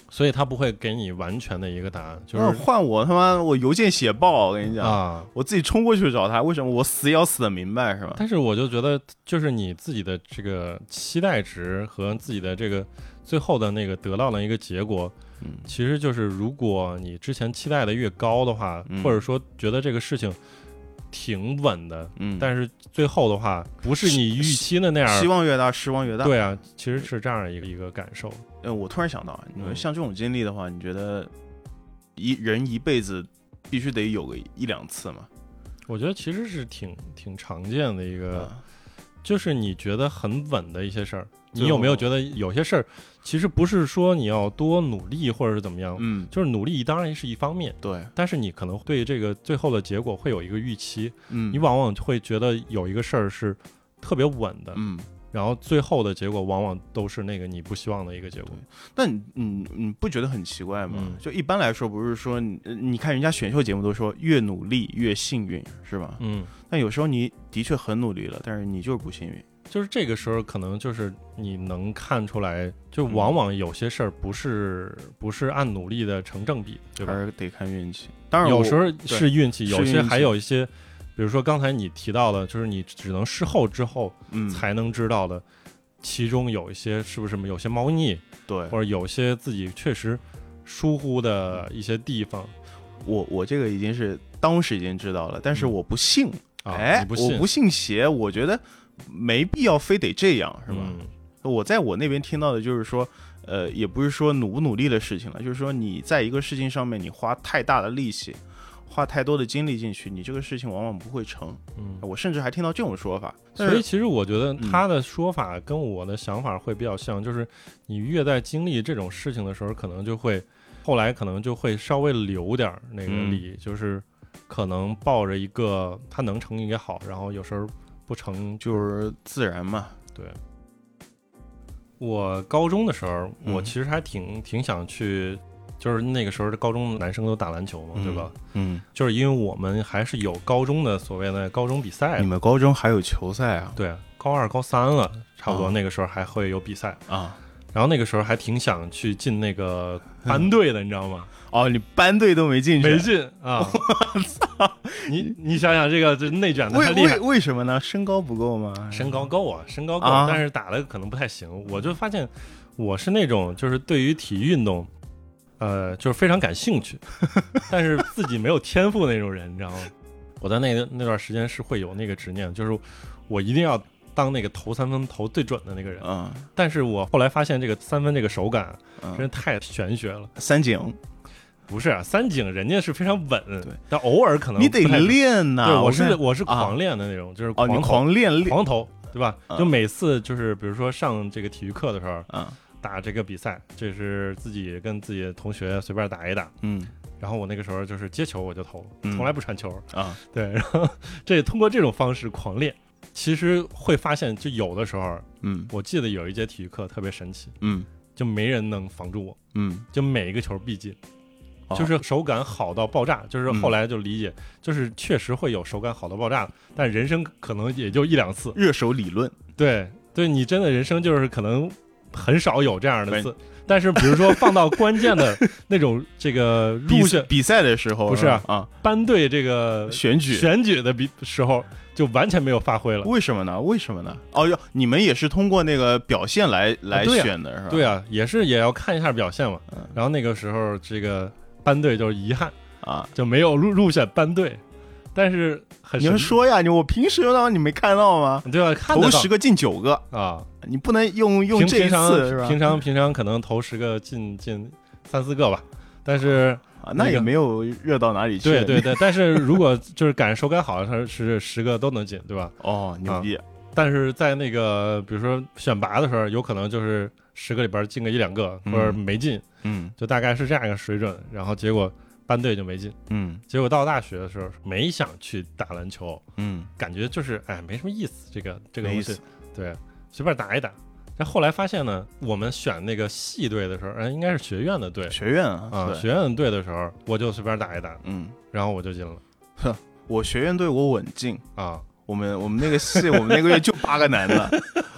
Speaker 1: 所以他不会给你完全的一个答案。就是
Speaker 2: 换我他妈我邮件写爆，我跟你讲
Speaker 1: 啊，
Speaker 2: 我自己冲过去找他，为什么我死也要死的明白是吧？
Speaker 1: 但是我就觉得，就是你自己的这个期待值和自己的这个最后的那个得到的一个结果，
Speaker 2: 嗯，
Speaker 1: 其实就是如果你之前期待的越高的话，
Speaker 2: 嗯、
Speaker 1: 或者说觉得这个事情挺稳的，
Speaker 2: 嗯，
Speaker 1: 但是最后的话不是你预期的那样，
Speaker 2: 希望越大失望越大。
Speaker 1: 对啊，其实是这样一个一个感受。
Speaker 2: 呃，我突然想到，你们像这种经历的话，你觉得一人一辈子必须得有个一两次吗？
Speaker 1: 我觉得其实是挺挺常见的一个、
Speaker 2: 嗯，
Speaker 1: 就是你觉得很稳的一些事儿，你有没有觉得有些事儿其实不是说你要多努力或者是怎么样，
Speaker 2: 嗯，
Speaker 1: 就是努力当然是一方面，
Speaker 2: 对，
Speaker 1: 但是你可能对这个最后的结果会有一个预期，
Speaker 2: 嗯，
Speaker 1: 你往往会觉得有一个事儿是特别稳的，
Speaker 2: 嗯，
Speaker 1: 然后最后的结果往往都是那个你不希望的一个结果。
Speaker 2: 那你你你不觉得很奇怪吗？
Speaker 1: 嗯、
Speaker 2: 就一般来说，不是说你你看人家选秀节目都说越努力越幸运，是吧？
Speaker 1: 嗯，
Speaker 2: 但有时候你的确很努力了，但是你就是不幸运。
Speaker 1: 就是这个时候可能就是你能看出来，就往往有些事儿不是、嗯、不是按努力的成正比，对吧？
Speaker 2: 还是得看运气。当然
Speaker 1: 有时候是运气，有些还有一些，比如说刚才你提到的，就是你只能事后之后才能知道的，嗯、其中有一些是不是有些猫腻，
Speaker 2: 对，
Speaker 1: 或者有些自己确实疏忽的一些地方。
Speaker 2: 我我这个已经是当时已经知道了，但是我不信，
Speaker 1: 嗯、
Speaker 2: 哎、
Speaker 1: 啊，你不信，
Speaker 2: 我不信邪，我觉得没必要非得这样，是吧？
Speaker 1: 嗯、
Speaker 2: 我在我那边听到的就是说，呃，也不是说努不努力的事情了，就是说你在一个事情上面你花太大的力气，花太多的精力进去，你这个事情往往不会成。
Speaker 1: 嗯，
Speaker 2: 我甚至还听到这种说法。
Speaker 1: 所以其实我觉得他的说法跟我的想法会比较像，嗯、就是你越在经历这种事情的时候，可能就会后来可能就会稍微留点那个力，嗯、就是可能抱着一个他能成也好，然后有时候不成
Speaker 2: 就是自然嘛。
Speaker 1: 对。我高中的时候，
Speaker 2: 嗯、
Speaker 1: 我其实还挺挺想去。就是那个时候的高中男生都打篮球嘛，
Speaker 2: 嗯、
Speaker 1: 对吧？
Speaker 2: 嗯，
Speaker 1: 就是因为我们还是有高中的所谓的高中比赛。
Speaker 2: 你们高中还有球赛啊？
Speaker 1: 对，高二、高三了，差不多那个时候还会有比赛
Speaker 2: 啊。
Speaker 1: 然后那个时候还挺想去进那个班队的，你知道吗？
Speaker 2: 哦，你班队都没进去？
Speaker 1: 没进啊！我操！你你想想这个，这内卷的太厉害。
Speaker 2: 为为什么呢？身高不够吗？
Speaker 1: 身高够啊，身高够，
Speaker 2: 啊、
Speaker 1: 但是打的可能不太行。我就发现我是那种就是对于体育运动。呃，就是非常感兴趣，但是自己没有天赋那种人，你知道吗？我在那那段时间是会有那个执念，就是我一定要当那个投三分投最准的那个人。
Speaker 2: 嗯，
Speaker 1: 但是我后来发现这个三分这个手感真是太玄学了。
Speaker 2: 三井
Speaker 1: 不是啊，三井人家是非常稳，
Speaker 2: 对，
Speaker 1: 但偶尔可能
Speaker 2: 你得练呐、啊。
Speaker 1: 对，我是我是狂练的那种，
Speaker 2: 啊、
Speaker 1: 就是狂
Speaker 2: 投、哦、你狂练
Speaker 1: 狂投，对吧？
Speaker 2: 嗯、
Speaker 1: 就每次就是比如说上这个体育课的时候，
Speaker 2: 嗯。
Speaker 1: 打这个比赛，这是自己跟自己的同学随便打一打，
Speaker 2: 嗯，
Speaker 1: 然后我那个时候就是接球我就投，
Speaker 2: 嗯、
Speaker 1: 从来不传球
Speaker 2: 啊，
Speaker 1: 对，然后这通过这种方式狂练，其实会发现，就有的时候，
Speaker 2: 嗯，
Speaker 1: 我记得有一节体育课特别神奇，
Speaker 2: 嗯，
Speaker 1: 就没人能防住我，
Speaker 2: 嗯，
Speaker 1: 就每一个球必进，
Speaker 2: 哦、
Speaker 1: 就是手感好到爆炸，就是后来就理解，嗯、就是确实会有手感好到爆炸，但人生可能也就一两次，
Speaker 2: 热手理论，
Speaker 1: 对，对你真的人生就是可能。很少有这样的次，但是比如说放到关键的那种这个入选
Speaker 2: 比赛的时候，
Speaker 1: 不是啊，
Speaker 2: 啊
Speaker 1: 班队这个
Speaker 2: 选举
Speaker 1: 选举的比时候就完全没有发挥了。
Speaker 2: 为什么呢？为什么呢？哦哟，你们也是通过那个表现来来选的，
Speaker 1: 啊
Speaker 2: 是吧？
Speaker 1: 对啊，也是也要看一下表现嘛。
Speaker 2: 嗯、
Speaker 1: 然后那个时候这个班队就是遗憾
Speaker 2: 啊，
Speaker 1: 就没有入入选班队。但是很
Speaker 2: 你们说呀，你我平时让你没看到吗？
Speaker 1: 对吧？看得到
Speaker 2: 投十个进九个
Speaker 1: 啊，
Speaker 2: 你不能用用这一次是吧？
Speaker 1: 平常平常可能投十个进进三四个吧，但是、
Speaker 2: 啊、那也没有热到哪里去。
Speaker 1: 对对对，但是如果就是赶上手感好，它是十个都能进，对吧？
Speaker 2: 哦，牛逼！
Speaker 1: 啊、但是在那个比如说选拔的时候，有可能就是十个里边进个一两个，或者没进，
Speaker 2: 嗯，
Speaker 1: 就大概是这样一个水准，然后结果。班队就没进，
Speaker 2: 嗯，
Speaker 1: 结果到大学的时候没想去打篮球，
Speaker 2: 嗯，
Speaker 1: 感觉就是哎没什么意思，这个这个东西，对，随便打一打。但后来发现呢，我们选那个系队的时候，哎，应该是学院的队，
Speaker 2: 学院啊，
Speaker 1: 啊，学院队的时候，我就随便打一打，
Speaker 2: 嗯，
Speaker 1: 然后我就进了。
Speaker 2: 哼，我学院队我稳进
Speaker 1: 啊，
Speaker 2: 我们我们那个系，我们那个月就八个男的。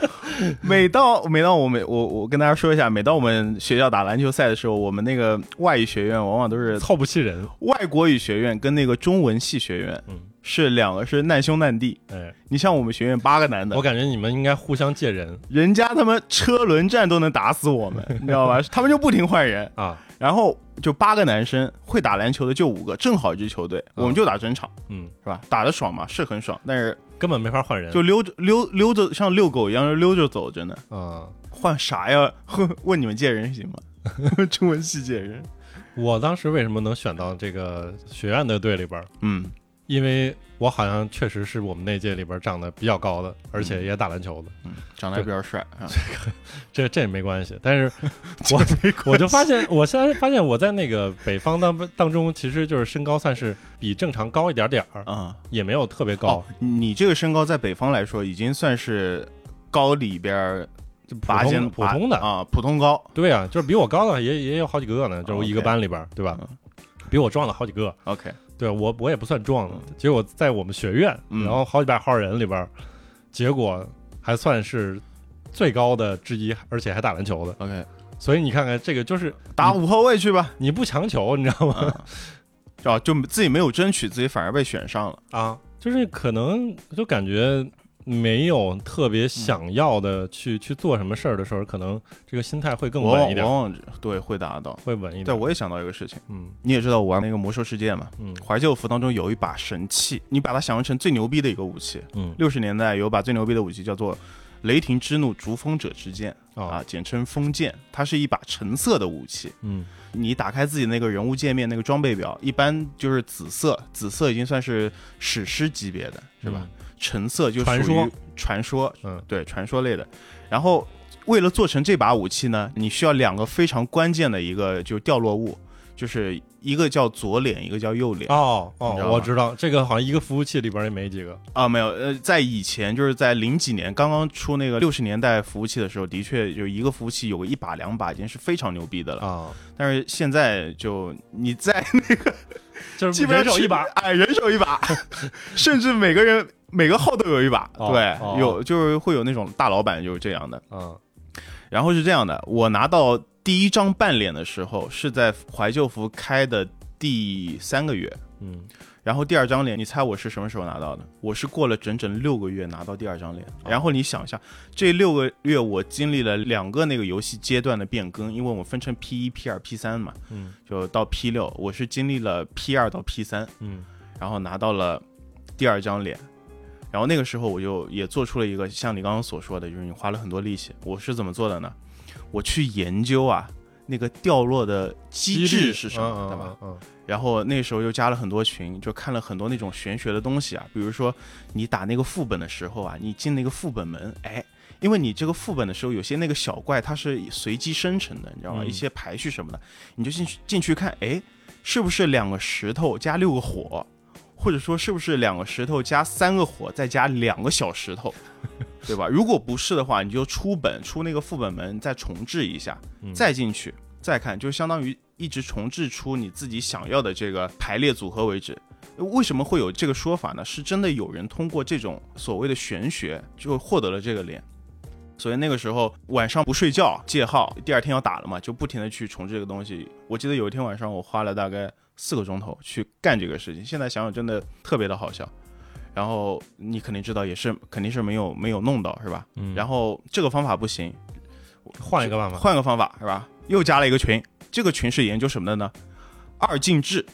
Speaker 2: 每到每到我每我我跟大家说一下，每到我们学校打篮球赛的时候，我们那个外语学院往往都是
Speaker 1: 凑不齐人，
Speaker 2: 外国语学院跟那个中文系学院，嗯，是两个是难兄难弟。哎，你像我们学院八个男的，
Speaker 1: 我感觉你们应该互相借人，
Speaker 2: 人家他们车轮战都能打死我们，你知道吧？他们就不停换人啊。然后就八个男生会打篮球的就五个，正好一支球队，啊、我们就打整场，嗯，是吧？打得爽嘛，是很爽，但是
Speaker 1: 根本没法换人，
Speaker 2: 就溜着溜溜着像遛狗一样溜着走，真的啊，换啥呀？问你们借人行吗？中文系借人。
Speaker 1: 我当时为什么能选到这个学院的队里边？嗯。因为我好像确实是我们那届里边长得比较高的，而且也打篮球的，
Speaker 2: 嗯，长得也比较帅啊。
Speaker 1: 这个这这也没关系，但是我我就发现，我现在发现我在那个北方当当中，其实就是身高算是比正常高一点点儿啊，也没有特别高。
Speaker 2: 哦，你这个身高在北方来说，已经算是高里边拔尖
Speaker 1: 普通的
Speaker 2: 啊，普通高。
Speaker 1: 对啊，就是比我高的也也有好几个呢，就是一个班里边，对吧？比我壮了好几个。
Speaker 2: OK。
Speaker 1: 对我我也不算壮的，结果在我们学院，嗯、然后好几百号人里边，结果还算是最高的之一，而且还打篮球的。
Speaker 2: OK，
Speaker 1: 所以你看看这个就是
Speaker 2: 打五后卫去吧，
Speaker 1: 你不强求，你知道吗？
Speaker 2: 啊，就自己没有争取，自己反而被选上了
Speaker 1: 啊，就是可能就感觉没有特别想要的去、嗯、去做什么事儿的时候，可能这个心态会更稳一点，
Speaker 2: 往往对会达到，
Speaker 1: 会稳一点。
Speaker 2: 对，我也想到一个事情，嗯，你也知道我玩那个魔兽世界嘛，嗯，怀旧服当中有一把神器，你把它想象成最牛逼的一个武器，嗯，六十年代有把最牛逼的武器叫做雷霆之怒逐风者之剑、哦、啊，简称风剑，它是一把橙色的武器，嗯，你打开自己那个人物界面那个装备表，一般就是紫色，紫色已经算是史诗级别的，是吧？嗯，橙色就属于传说，嗯，对，传说类的。然后为了做成这把武器呢，你需要两个非常关键的一个就是掉落物，就是一个叫左脸，一个叫右脸。
Speaker 1: 哦哦，知我知道这个好像一个服务器里边也没几个
Speaker 2: 啊，没有。呃，在以前就是在零几年刚刚出那个六十年代服务器的时候，的确就一个服务器有个一把两把已经是非常牛逼的了啊。但是现在就你在那个
Speaker 1: 就是人手一把，
Speaker 2: 哎，人手一把，甚至每个人。每个号都有一把，哦、对，哦、有就是会有那种大老板就是这样的，嗯，然后是这样的，我拿到第一张半脸的时候是在怀旧服开的第三个月，嗯，然后第二张脸，你猜我是什么时候拿到的？我是过了整整六个月拿到第二张脸，哦、然后你想一下，这六个月我经历了两个那个游戏阶段的变更，因为我分成 P 一、P 二、P 三嘛，嗯，就到 P 六，我是经历了 P 二到 P 三，嗯，然后拿到了第二张脸。然后那个时候我就也做出了一个像你刚刚所说的，就是你花了很多力气。我是怎么做的呢？我去研究啊那个掉落的机制是什么，对吧？嗯。然后那时候又加了很多群，就看了很多那种玄学的东西啊，比如说你打那个副本的时候啊，你进那个副本门，哎，因为你这个副本的时候有些那个小怪它是随机生成的，你知道吗？嗯、一些排序什么的，你就进去进去看，哎，是不是两个石头加六个火？或者说是不是两个石头加三个火再加两个小石头，对吧？如果不是的话，你就出本出那个副本门再重置一下，再进去再看，就相当于一直重置出你自己想要的这个排列组合为止。为什么会有这个说法呢？是真的有人通过这种所谓的玄学就获得了这个脸。所以那个时候晚上不睡觉借号，第二天要打了嘛，就不停的去重置这个东西。我记得有一天晚上我花了大概四个钟头去干这个事情，现在想想真的特别的好笑。然后你肯定知道，也是肯定是没有没有弄到，是吧？嗯。然后这个方法不行，
Speaker 1: 换一个办法，
Speaker 2: 换个方法是吧？又加了一个群，这个群是研究什么的呢？二进制。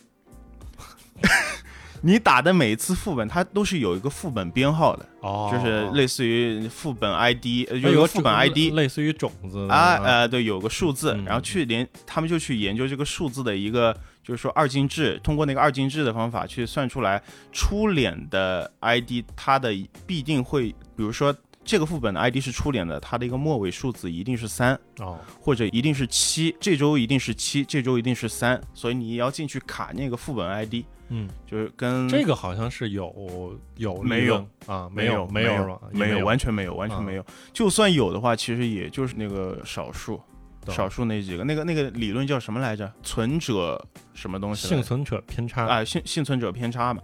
Speaker 2: 你打的每一次副本，它都是有一个副本编号的，哦，就是类似于副本 I D， 有个副本 I D，
Speaker 1: 类似于种子
Speaker 2: 啊，呃，对，有个数字，嗯、然后去连他们就去研究这个数字的一个，就是说二进制，通过那个二进制的方法去算出来出脸的 I D， 它的必定会，比如说这个副本的 I D 是出脸的，它的一个末尾数字一定是三，哦，或者一定是七，这周一定是七，这周一定是三，所以你要进去卡那个副本 I D。嗯，就是跟
Speaker 1: 这个好像是有有
Speaker 2: 没有
Speaker 1: 啊？没有没有是吧？
Speaker 2: 没有，完全没有，完全没有。就算有的话，其实也就是那个少数，少数那几个。那个那个理论叫什么来着？存者什么东西？
Speaker 1: 幸存者偏差
Speaker 2: 啊，幸幸存者偏差嘛。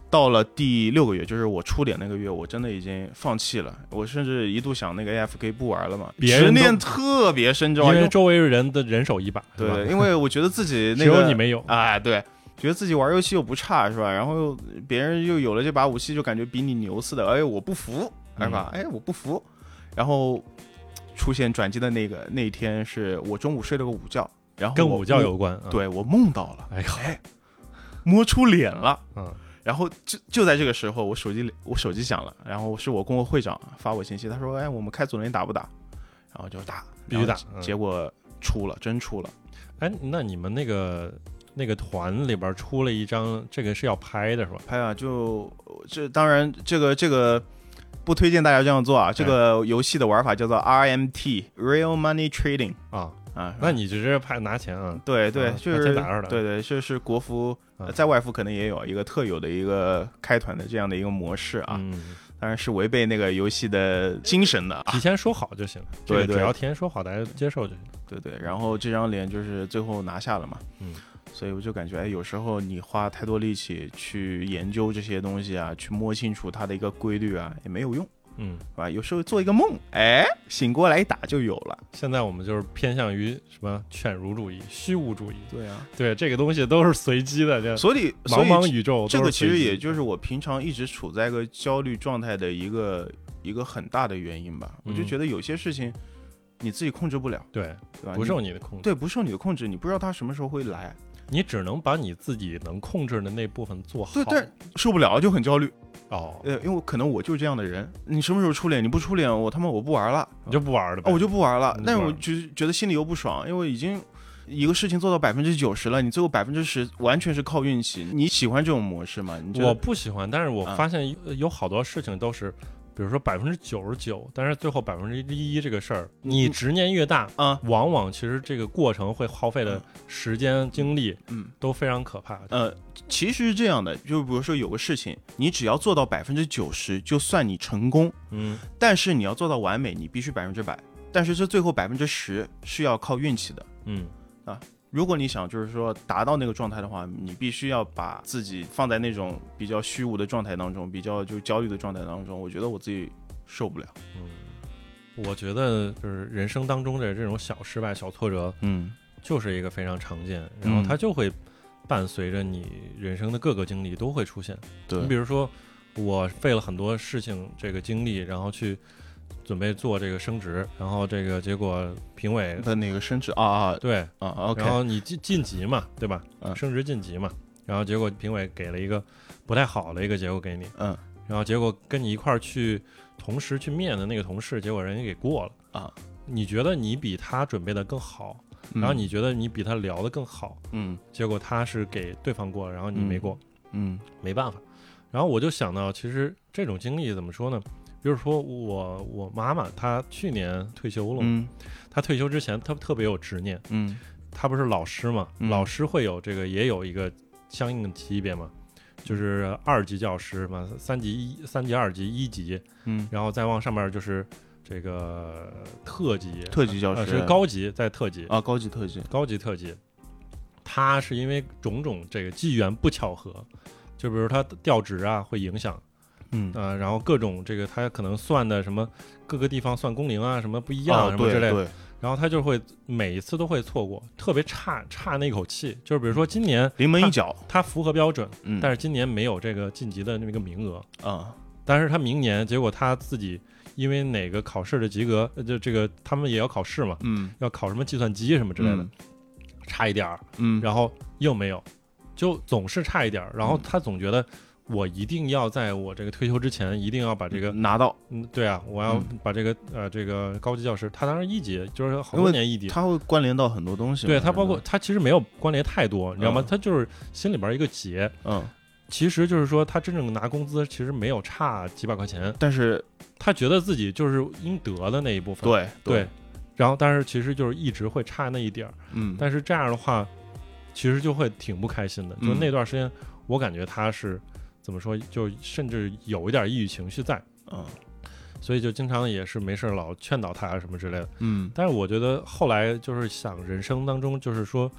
Speaker 2: 到了第六个月，就是我出点那个月，我真的已经放弃了。我甚至一度想那个 A F K 不玩了嘛，执念特别深，
Speaker 1: 因为周围人的人手一把，
Speaker 2: 对，因为我觉得自己那
Speaker 1: 个只有你没有，
Speaker 2: 哎，对，觉得自己玩游戏又不差，是吧？然后又别人又有了这把武器，就感觉比你牛似的，哎，我不服，是吧？嗯、哎，我不服。然后出现转机的那个那一天，是我中午睡了个午觉，然后
Speaker 1: 跟午觉有关，
Speaker 2: 对我梦到了，
Speaker 1: 哎呦，
Speaker 2: 哎，摸出脸了，
Speaker 1: 嗯。
Speaker 2: 然后就就在这个时候，我手机我手机响了，然后是我工会会长发我信息，他说：“哎，我们开左轮打不打？”然后就打，
Speaker 1: 必须打。
Speaker 2: 嗯、结果出了，真出了。
Speaker 1: 哎，那你们那个那个团里边出了一张，这个是要拍的是吧？
Speaker 2: 拍啊，就这当然这个这个不推荐大家这样做啊。这个游戏的玩法叫做 R M T（Real Money Trading）
Speaker 1: 啊。
Speaker 2: 啊，
Speaker 1: 那你只是拍拿钱啊？
Speaker 2: 对对，就是
Speaker 1: 打着的。
Speaker 2: 对对，这是国服，呃、在外服可能也有一个特有的一个开团的这样的一个模式啊。
Speaker 1: 嗯，
Speaker 2: 当然是违背那个游戏的精神的、啊。
Speaker 1: 提前说好就行了，
Speaker 2: 对对，
Speaker 1: 只要提前说好，大家接受就行。
Speaker 2: 对对，然后这张脸就是最后拿下了嘛。
Speaker 1: 嗯，
Speaker 2: 所以我就感觉，哎，有时候你花太多力气去研究这些东西啊，去摸清楚它的一个规律啊，也没有用。
Speaker 1: 嗯，
Speaker 2: 是吧？有时候做一个梦，哎，醒过来一打就有了。
Speaker 1: 现在我们就是偏向于什么犬儒主义、虚无主义。
Speaker 2: 对啊，
Speaker 1: 对，这个东西都是随机的。这
Speaker 2: 所以，
Speaker 1: 茫茫宇宙，
Speaker 2: 这个其实也就是我平常一直处在一个焦虑状态的一个一个很大的原因吧。
Speaker 1: 嗯、
Speaker 2: 我就觉得有些事情你自己控制不了，
Speaker 1: 对，
Speaker 2: 对吧？
Speaker 1: 不受你的控制，
Speaker 2: 对，不受你的控制，你不知道它什么时候会来，
Speaker 1: 你只能把你自己能控制的那部分做好。
Speaker 2: 对，但受不了就很焦虑。
Speaker 1: 哦，
Speaker 2: 呃，因为可能我就是这样的人，你什么时候出脸？你不出脸，我他妈我不玩了，
Speaker 1: 你就不玩了呗、
Speaker 2: 哦，我就不玩了。但是我就觉得心里又不爽，因为已经一个事情做到百分之九十了，你最后百分之十完全是靠运气。你喜欢这种模式吗？你
Speaker 1: 我不喜欢，但是我发现有好多事情都是。嗯比如说百分之九十九，但是最后百分之一这个事儿，你执念越大
Speaker 2: 啊、
Speaker 1: 嗯，往往其实这个过程会耗费的时间、嗯、精力，
Speaker 2: 嗯，
Speaker 1: 都非常可怕。
Speaker 2: 呃，其实是这样的，就比如说有个事情，你只要做到百分之九十，就算你成功，
Speaker 1: 嗯，
Speaker 2: 但是你要做到完美，你必须百分之百。但是这最后百分之十是要靠运气的，
Speaker 1: 嗯
Speaker 2: 啊。如果你想就是说达到那个状态的话，你必须要把自己放在那种比较虚无的状态当中，比较就焦虑的状态当中，我觉得我自己受不了。
Speaker 1: 嗯，我觉得就是人生当中的这种小失败、小挫折，
Speaker 2: 嗯，
Speaker 1: 就是一个非常常见，然后它就会伴随着你人生的各个经历都会出现。
Speaker 2: 对，
Speaker 1: 你比如说我费了很多事情这个精力，然后去准备做这个升职，然后这个结果评委
Speaker 2: 的那个升职啊啊，
Speaker 1: 对
Speaker 2: 啊 ，OK，
Speaker 1: 然后你晋晋级嘛，对吧？
Speaker 2: 嗯，
Speaker 1: 升职晋级嘛，然后结果评委给了一个不太好的一个结果给你，
Speaker 2: 嗯，
Speaker 1: 然后结果跟你一块儿去同时去面的那个同事，结果人家给过了
Speaker 2: 啊，
Speaker 1: 你觉得你比他准备的更好，
Speaker 2: 嗯、
Speaker 1: 然后你觉得你比他聊的更好，
Speaker 2: 嗯，
Speaker 1: 结果他是给对方过了，然后你没过，
Speaker 2: 嗯，嗯
Speaker 1: 没办法。然后我就想到，其实这种经历怎么说呢？比如说我我妈妈她去年退休了，
Speaker 2: 嗯，
Speaker 1: 她退休之前她特别有执念，
Speaker 2: 嗯，
Speaker 1: 她不是老师嘛，
Speaker 2: 嗯、
Speaker 1: 老师会有这个也有一个相应的级别嘛，就是二级教师嘛，三级一三级二级一级，
Speaker 2: 嗯，
Speaker 1: 然后再往上面就是这个特级
Speaker 2: 特级教师，
Speaker 1: 呃、是高级再特级
Speaker 2: 啊，高级特级
Speaker 1: 高级特级，她是因为种种这个机缘不巧合，就比如她调职啊会影响。
Speaker 2: 嗯
Speaker 1: 呃，然后各种这个他可能算的什么各个地方算工龄啊什么不一样、
Speaker 2: 哦、
Speaker 1: 什么之类的，
Speaker 2: 对，
Speaker 1: 然后他就会每一次都会错过，特别差差那口气。就是比如说今年
Speaker 2: 临门一脚，
Speaker 1: 他符合标准、
Speaker 2: 嗯，
Speaker 1: 但是今年没有这个晋级的那个名额
Speaker 2: 啊、嗯。
Speaker 1: 但是他明年结果他自己因为哪个考试的及格，就这个他们也要考试嘛，
Speaker 2: 嗯，
Speaker 1: 要考什么计算机什么之类的，
Speaker 2: 嗯、
Speaker 1: 差一点儿，
Speaker 2: 嗯，
Speaker 1: 然后又没有，就总是差一点儿，然后他总觉得。我一定要在我这个退休之前，一定要把这个
Speaker 2: 拿到。
Speaker 1: 嗯，对啊，我要把这个、嗯、呃这个高级教师，他当时一级就是好多年一级，
Speaker 2: 他会关联到很多东西。
Speaker 1: 对他包括他其实没有关联太多，你知道吗？
Speaker 2: 嗯、
Speaker 1: 他就是心里边一个结。
Speaker 2: 嗯，
Speaker 1: 其实就是说他真正拿工资其实没有差几百块钱，
Speaker 2: 但是
Speaker 1: 他觉得自己就是应得的那一部分。
Speaker 2: 对
Speaker 1: 对, 对，然后但是其实就是一直会差那一点儿。
Speaker 2: 嗯，
Speaker 1: 但是这样的话，其实就会挺不开心的。
Speaker 2: 嗯、
Speaker 1: 就那段时间，我感觉他是。怎么说？就甚至有一点抑郁情绪在，
Speaker 2: 嗯，
Speaker 1: 所以就经常也是没事老劝导他什么之类的，
Speaker 2: 嗯。
Speaker 1: 但是我觉得后来就是想人生当中，就是说，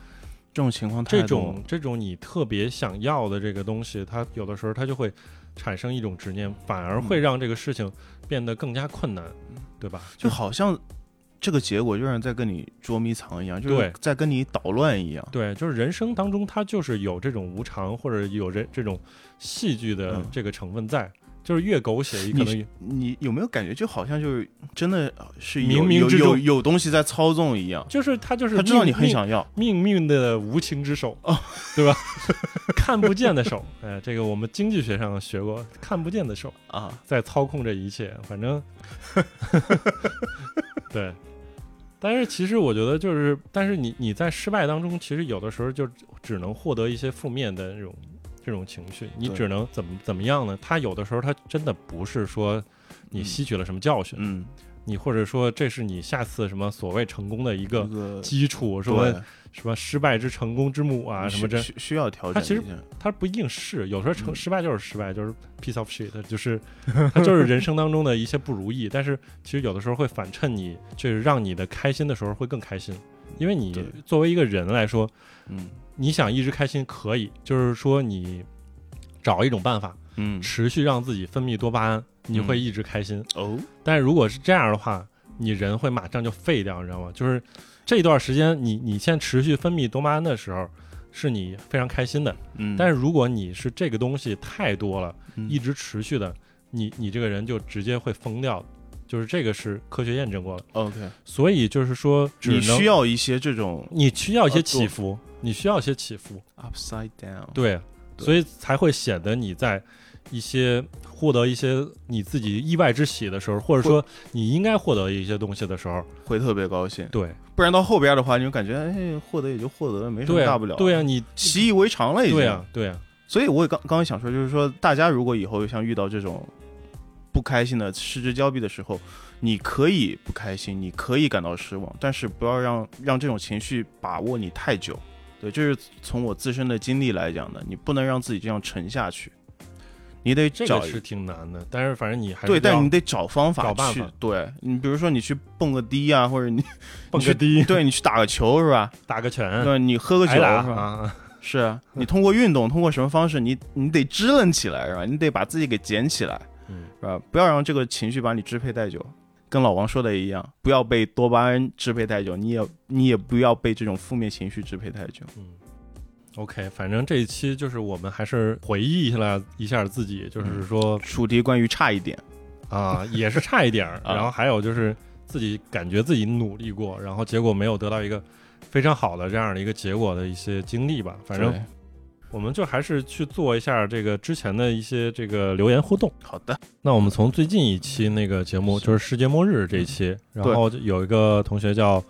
Speaker 2: 这种情况太多了，
Speaker 1: 这种这种你特别想要的这个东西，它有的时候它就会产生一种执念，反而会让这个事情变得更加困难，嗯、对吧？
Speaker 2: 就好像这个结果就像在跟你捉迷藏一样，就是在跟你捣乱一样。
Speaker 1: 对，就是人生当中它就是有这种无常，或者有这这种戏剧的这个成分在。嗯，就是越狗血可能
Speaker 2: 你你有没有感觉就好像就是真的是
Speaker 1: 冥冥之中
Speaker 2: 有, 有, 有东西在操纵一样，
Speaker 1: 就是他就是
Speaker 2: 他知道你很想要
Speaker 1: 命命的无情之手，哦、对吧？看不见的手，哎，这个我们经济学上学过，看不见的手啊，在操控这一切，反正对。但是其实我觉得就是，但是你你在失败当中，其实有的时候就只能获得一些负面的这种。这种情绪你只能怎么怎么样呢？他有的时候他真的不是说你吸取了什么教训，嗯，你或者说这是你下次什么所谓成功的一个基础，什么什么失败之成功之母啊，什么这
Speaker 2: 需要调整。
Speaker 1: 他其实他不一定是，有时候成、嗯、失败就是失败，就是 piece of shit， 就是他就是人生当中的一些不如意。但是其实有的时候会反衬你，就是让你的开心的时候会更开心，因为你作为一个人来说，嗯。你想一直开心可以，就是说你找一种办法，嗯，持续让自己分泌多巴胺，你会一直开心、嗯、哦。但是如果是这样的话，你人会马上就废掉，你知道吗？就是这段时间你你现在持续分泌多巴胺的时候，是你非常开心的，嗯。但是如果你是这个东西太多了，嗯、一直持续的，你你这个人就直接会疯掉的。就是这个是科学验证过的
Speaker 2: ，OK。
Speaker 1: 所以就是说，
Speaker 2: 你需要一些这种，
Speaker 1: 你需要一些起伏，你需要一些起伏
Speaker 2: ，upside down。
Speaker 1: 对，所以才会显得你在一些获得一些你自己意外之喜的时候，或者说你应该获得一些东西的时候，
Speaker 2: 会特别高兴。
Speaker 1: 对，
Speaker 2: 不然到后边的话，你就感觉哎，获得也就获得了，没什么大不了。
Speaker 1: 对啊，你
Speaker 2: 习以为常了已经。
Speaker 1: 对啊，对啊。
Speaker 2: 所以我也刚刚刚想说，就是说，大家如果以后像遇到这种不开心的失之交臂的时候，你可以不开心，你可以感到失望，但是不要让让这种情绪把握你太久。对，这是从我自身的经历来讲的，你不能让自己这样沉下去，你得找。
Speaker 1: 这个是挺难的，但是反正你还是
Speaker 2: 对，但是你得找方法去，
Speaker 1: 找办法。
Speaker 2: 对，你比如说你去蹦个迪啊，或者你
Speaker 1: 蹦个迪，
Speaker 2: 对，你去打个球是吧？
Speaker 1: 打个拳，
Speaker 2: 对，你喝个酒是吧？
Speaker 1: 啊
Speaker 2: 是啊，你通过运动，通过什么方式，你你得支棱起来是吧？你得把自己给捡起来，嗯，是吧？不要让这个情绪把你支配太久。跟老王说的一样，不要被多巴胺支配太久，你也你也不要被这种负面情绪支配太久。
Speaker 1: 嗯 ，OK， 反正这一期就是我们还是回忆一下一下自己，就是说、
Speaker 2: 嗯、主题关于差一点
Speaker 1: 啊，也是差一点，然后还有就是自己感觉自己努力过，然后结果没有得到一个非常好的这样的一个结果的一些经历吧。反正我们就还是去做一下这个之前的一些这个留言互动。
Speaker 2: 好的，
Speaker 1: 那我们从最近一期那个节目就是世界末日这一期，然后有一个同学叫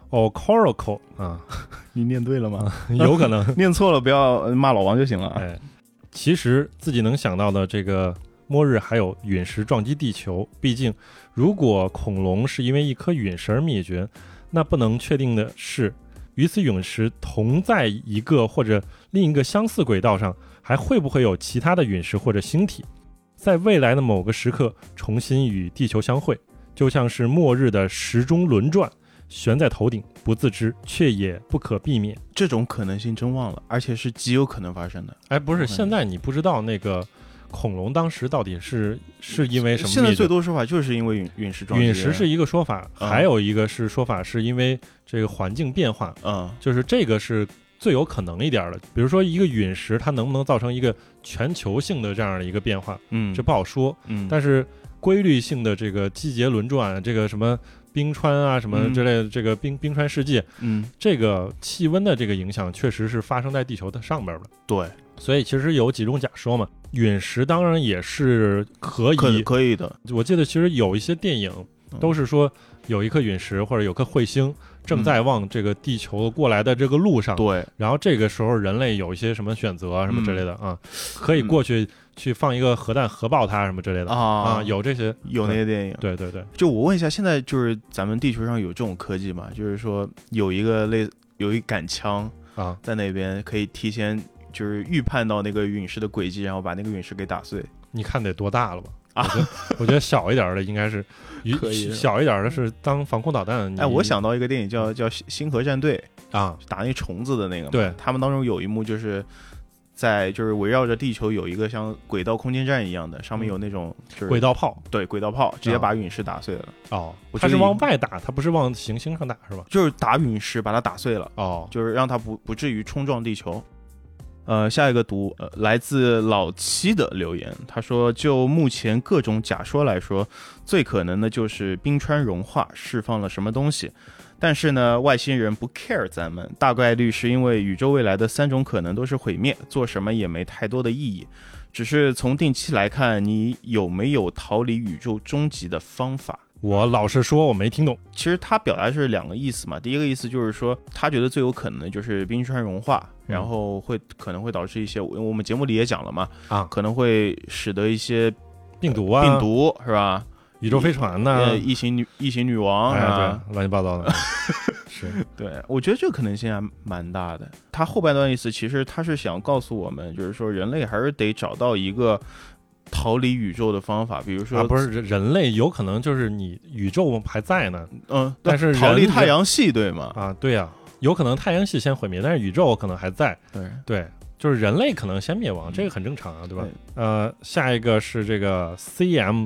Speaker 1: Ocoroco 啊，
Speaker 2: 你念对了吗？
Speaker 1: 有可能
Speaker 2: 念错了，不要骂老王就行了。
Speaker 1: 哎，其实自己能想到的这个末日还有陨石撞击地球，毕竟如果恐龙是因为一颗陨石而灭绝，那不能确定的是与此陨石同在一个或者另一个相似轨道上，还会不会有其他的陨石或者星体在未来的某个时刻重新与地球相会，就像是末日的时钟轮转，悬在头顶不自知，却也不可避免。
Speaker 2: 这种可能性真忘了，而且是极有可能发生的。
Speaker 1: 哎，不是，现在你不知道那个恐龙当时到底是是因为什么？
Speaker 2: 现在最多说法就是因为陨陨石撞击。
Speaker 1: 陨石是一个说法、嗯，还有一个是说法是因为这个环境变化。嗯，就是这个是最有可能一点的。比如说一个陨石，它能不能造成一个全球性的这样的一个变化？嗯，这不好说。嗯，但是规律性的这个季节轮转，这个什么冰川啊什么之类的，嗯、这个冰冰川世界，嗯，这个气温的这个影响确实是发生在地球的上边的。
Speaker 2: 对，
Speaker 1: 所以其实有几种假说嘛。陨石当然也是可以
Speaker 2: 可可以的。
Speaker 1: 我记得其实有一些电影都是说有一颗陨石或者有颗彗星正在往这个地球过来的这个路上，
Speaker 2: 对、嗯，
Speaker 1: 然后这个时候人类有一些什么选择什么之类的、嗯、啊，可以过去、嗯、去放一个核弹核爆它什么之类的 啊, 啊，有这些
Speaker 2: 有那些电影，
Speaker 1: 对对对。
Speaker 2: 就我问一下，现在就是咱们地球上有这种科技吗？就是说有一个类有一杆枪啊，在那边可以提前就是预判到那个陨石的轨迹，然后把那个陨石给打碎。
Speaker 1: 你看得多大了吧？啊，我觉得, 我觉得小一点的应该是可以，小一点的是当防空导弹。
Speaker 2: 哎，我想到一个电影叫叫《星河战队》，
Speaker 1: 啊，
Speaker 2: 打那虫子的那个嘛。
Speaker 1: 对，
Speaker 2: 他们当中有一幕就是在就是围绕着地球有一个像轨道空间站一样的，上面有那种就是
Speaker 1: 轨道炮，
Speaker 2: 对，轨道炮直接把陨石打碎了。
Speaker 1: 哦，它是往外打，它不是往行星上打是吧？
Speaker 2: 就是打陨石把它打碎了。
Speaker 1: 哦，
Speaker 2: 就是让它不不至于冲撞地球。呃，下一个读、呃、来自老七的留言，他说就目前各种假说来说，最可能的就是冰川融化释放了什么东西，但是呢外星人不 care 咱们，大概率是因为宇宙未来的三种可能都是毁灭，做什么也没太多的意义，只是从定期来看，你有没有逃离宇宙终极的方法。
Speaker 1: 我老实说我没听懂。
Speaker 2: 其实他表达是两个意思嘛，第一个意思就是说他觉得最有可能的就是冰川融化，
Speaker 1: 嗯、
Speaker 2: 然后会可能会导致一些我们节目里也讲了嘛，
Speaker 1: 啊，
Speaker 2: 可能会使得一些
Speaker 1: 病毒啊，
Speaker 2: 病毒是吧，
Speaker 1: 宇宙飞船呐、啊，
Speaker 2: 异形女异形女王
Speaker 1: 啊，对，乱七八糟的。是，
Speaker 2: 对，我觉得这个可能性还蛮大的。他后半段意思其实他是想告诉我们，就是说人类还是得找到一个逃离宇宙的方法，比如说、
Speaker 1: 啊、不是人类有可能就是你宇宙还在呢，
Speaker 2: 嗯，
Speaker 1: 但是
Speaker 2: 逃离太阳系对吗？
Speaker 1: 啊，对呀、啊，有可能太阳系先毁灭，但是宇宙可能还在。
Speaker 2: 对
Speaker 1: 对，就是人类可能先灭亡，这个很正常啊，对吧？对，呃，下一个是这个 C M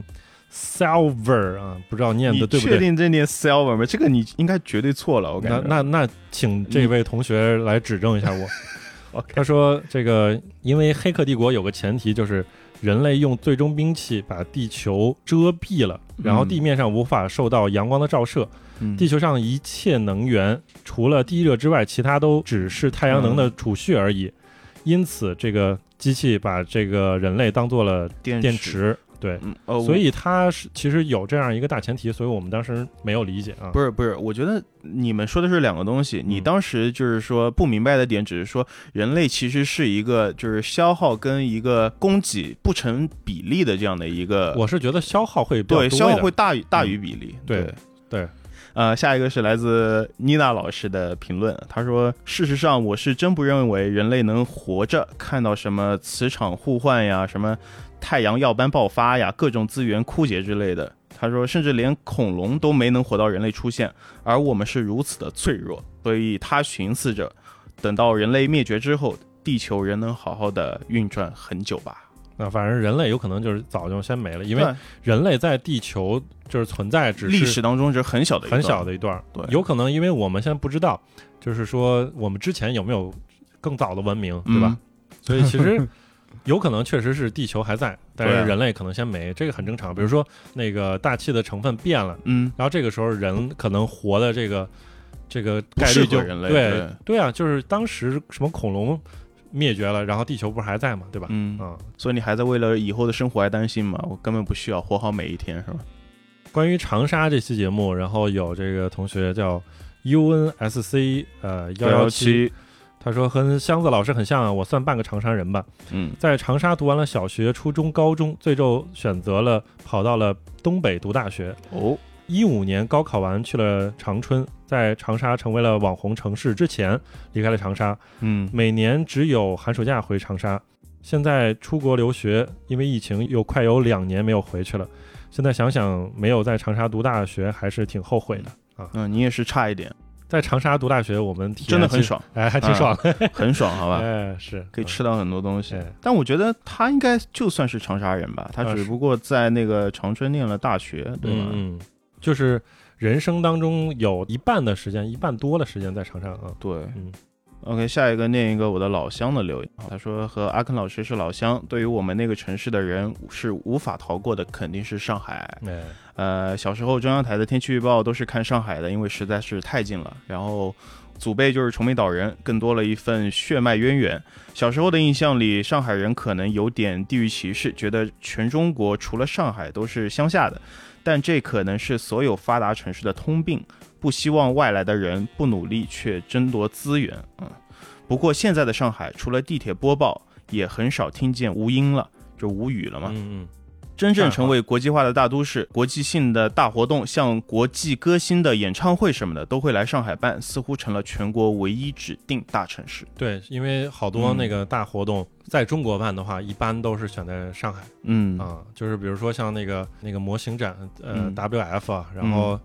Speaker 1: Silver 啊，不知道念的对不对？
Speaker 2: 你确定这念 Silver 吗？这个你应该绝对错了，我感觉。
Speaker 1: 那那那，请这位同学来指正一下我。Okay. 他说这个，因为黑客帝国有个前提就是人类用最终兵器把地球遮蔽了，然后地面上无法受到阳光的照射、嗯、地球上一切能源除了地热之外其他都只是太阳能的储蓄而已、嗯、因此这个机器把这个人类当做了电池, 电池对、嗯哦、所以它是其实有这样一个大前提，所以我们当时没有理解啊。
Speaker 2: 不是不是，我觉得你们说的是两个东西。你当时就是说不明白的点，只是说人类其实是一个就是消耗跟一个供给不成比例的这样的一个。
Speaker 1: 我是觉得消耗会比较多，
Speaker 2: 对，消耗会大于大于比例。
Speaker 1: 嗯、对 对, 对。
Speaker 2: 呃，下一个是来自妮娜老师的评论，他说：“事实上，我是真不认为人类能活着看到什么磁场互换呀，什么太阳耀斑爆发呀，各种资源枯竭之类的。”他说，甚至连恐龙都没能活到人类出现，而我们是如此的脆弱，所以他寻思着，等到人类灭绝之后，地球仍能好好的运转很久吧。
Speaker 1: 啊，反正人类有可能就是早就先没了，因为人类在地球就是存在只是
Speaker 2: 历史当中是很小的一段
Speaker 1: 很小的一段，
Speaker 2: 对，
Speaker 1: 有可能因为我们现在不知道，就是说我们之前有没有更早的文明，对吧？嗯、所以其实有可能确实是地球还在，但是人类可能先没，这个很正常。比如说那个大气的成分变了，嗯，然后这个时候人可能活的这个这个概率就
Speaker 2: 人类
Speaker 1: 对
Speaker 2: 对,
Speaker 1: 对啊，就是当时什么恐龙灭绝了，然后地球不是还在嘛，对吧？
Speaker 2: 嗯啊，所以你还在为了以后的生活而担心吗？我根本不需要，活好每一天，是吧？
Speaker 1: 关于长沙这期节目，然后有这个同学叫 U N S C 呃幺幺七，他说和箱子老师很像啊，我算半个长沙人吧。嗯，在长沙读完了小学、初中、高中，最终选择了跑到了东北读大学。哦。一五年高考完去了长春，在长沙成为了网红城市之前离开了长沙，嗯，每年只有寒暑假回长沙。现在出国留学，因为疫情又快有两年没有回去了。现在想想，没有在长沙读大学还是挺后悔的啊。
Speaker 2: 嗯，你也是差一点。
Speaker 1: 在长沙读大学，我们体验
Speaker 2: 真的很爽，
Speaker 1: 哎，还挺爽，
Speaker 2: 嗯、很爽，好吧？
Speaker 1: 哎，是
Speaker 2: 可以吃到很多东西。
Speaker 1: 嗯、
Speaker 2: 但我觉得他应该就算是长沙人吧，他只不过在那个长春念了大学，对吧？
Speaker 1: 嗯。就是人生当中有一半的时间，一半多的时间在长沙啊。
Speaker 2: 对，嗯 ，OK， 下一个念一个我的老乡的留言，他说和阿肯老师是老乡，对于我们那个城市的人是无法逃过的，肯定是上海。
Speaker 1: 哎、
Speaker 2: 呃，小时候中央台的天气预报都是看上海的，因为实在是太近了。然后祖辈就是崇明岛人，更多了一份血脉渊源。小时候的印象里，上海人可能有点地域歧视，觉得全中国除了上海都是乡下的。但这可能是所有发达城市的通病，不希望外来的人不努力却争夺资源。嗯，不过现在的上海，除了地铁播报，也很少听见无音了，就无语了嘛。
Speaker 1: 嗯嗯。
Speaker 2: 真正成为国际化的大都市，国际性的大活动，像国际歌星的演唱会什么的，都会来上海办，似乎成了全国唯一指定大城市。
Speaker 1: 对，因为好多那个大活动、嗯、在中国办的话，一般都是选在上海。
Speaker 2: 嗯
Speaker 1: 啊，就是比如说像那个那个模型展，呃、嗯、，W F 啊，然后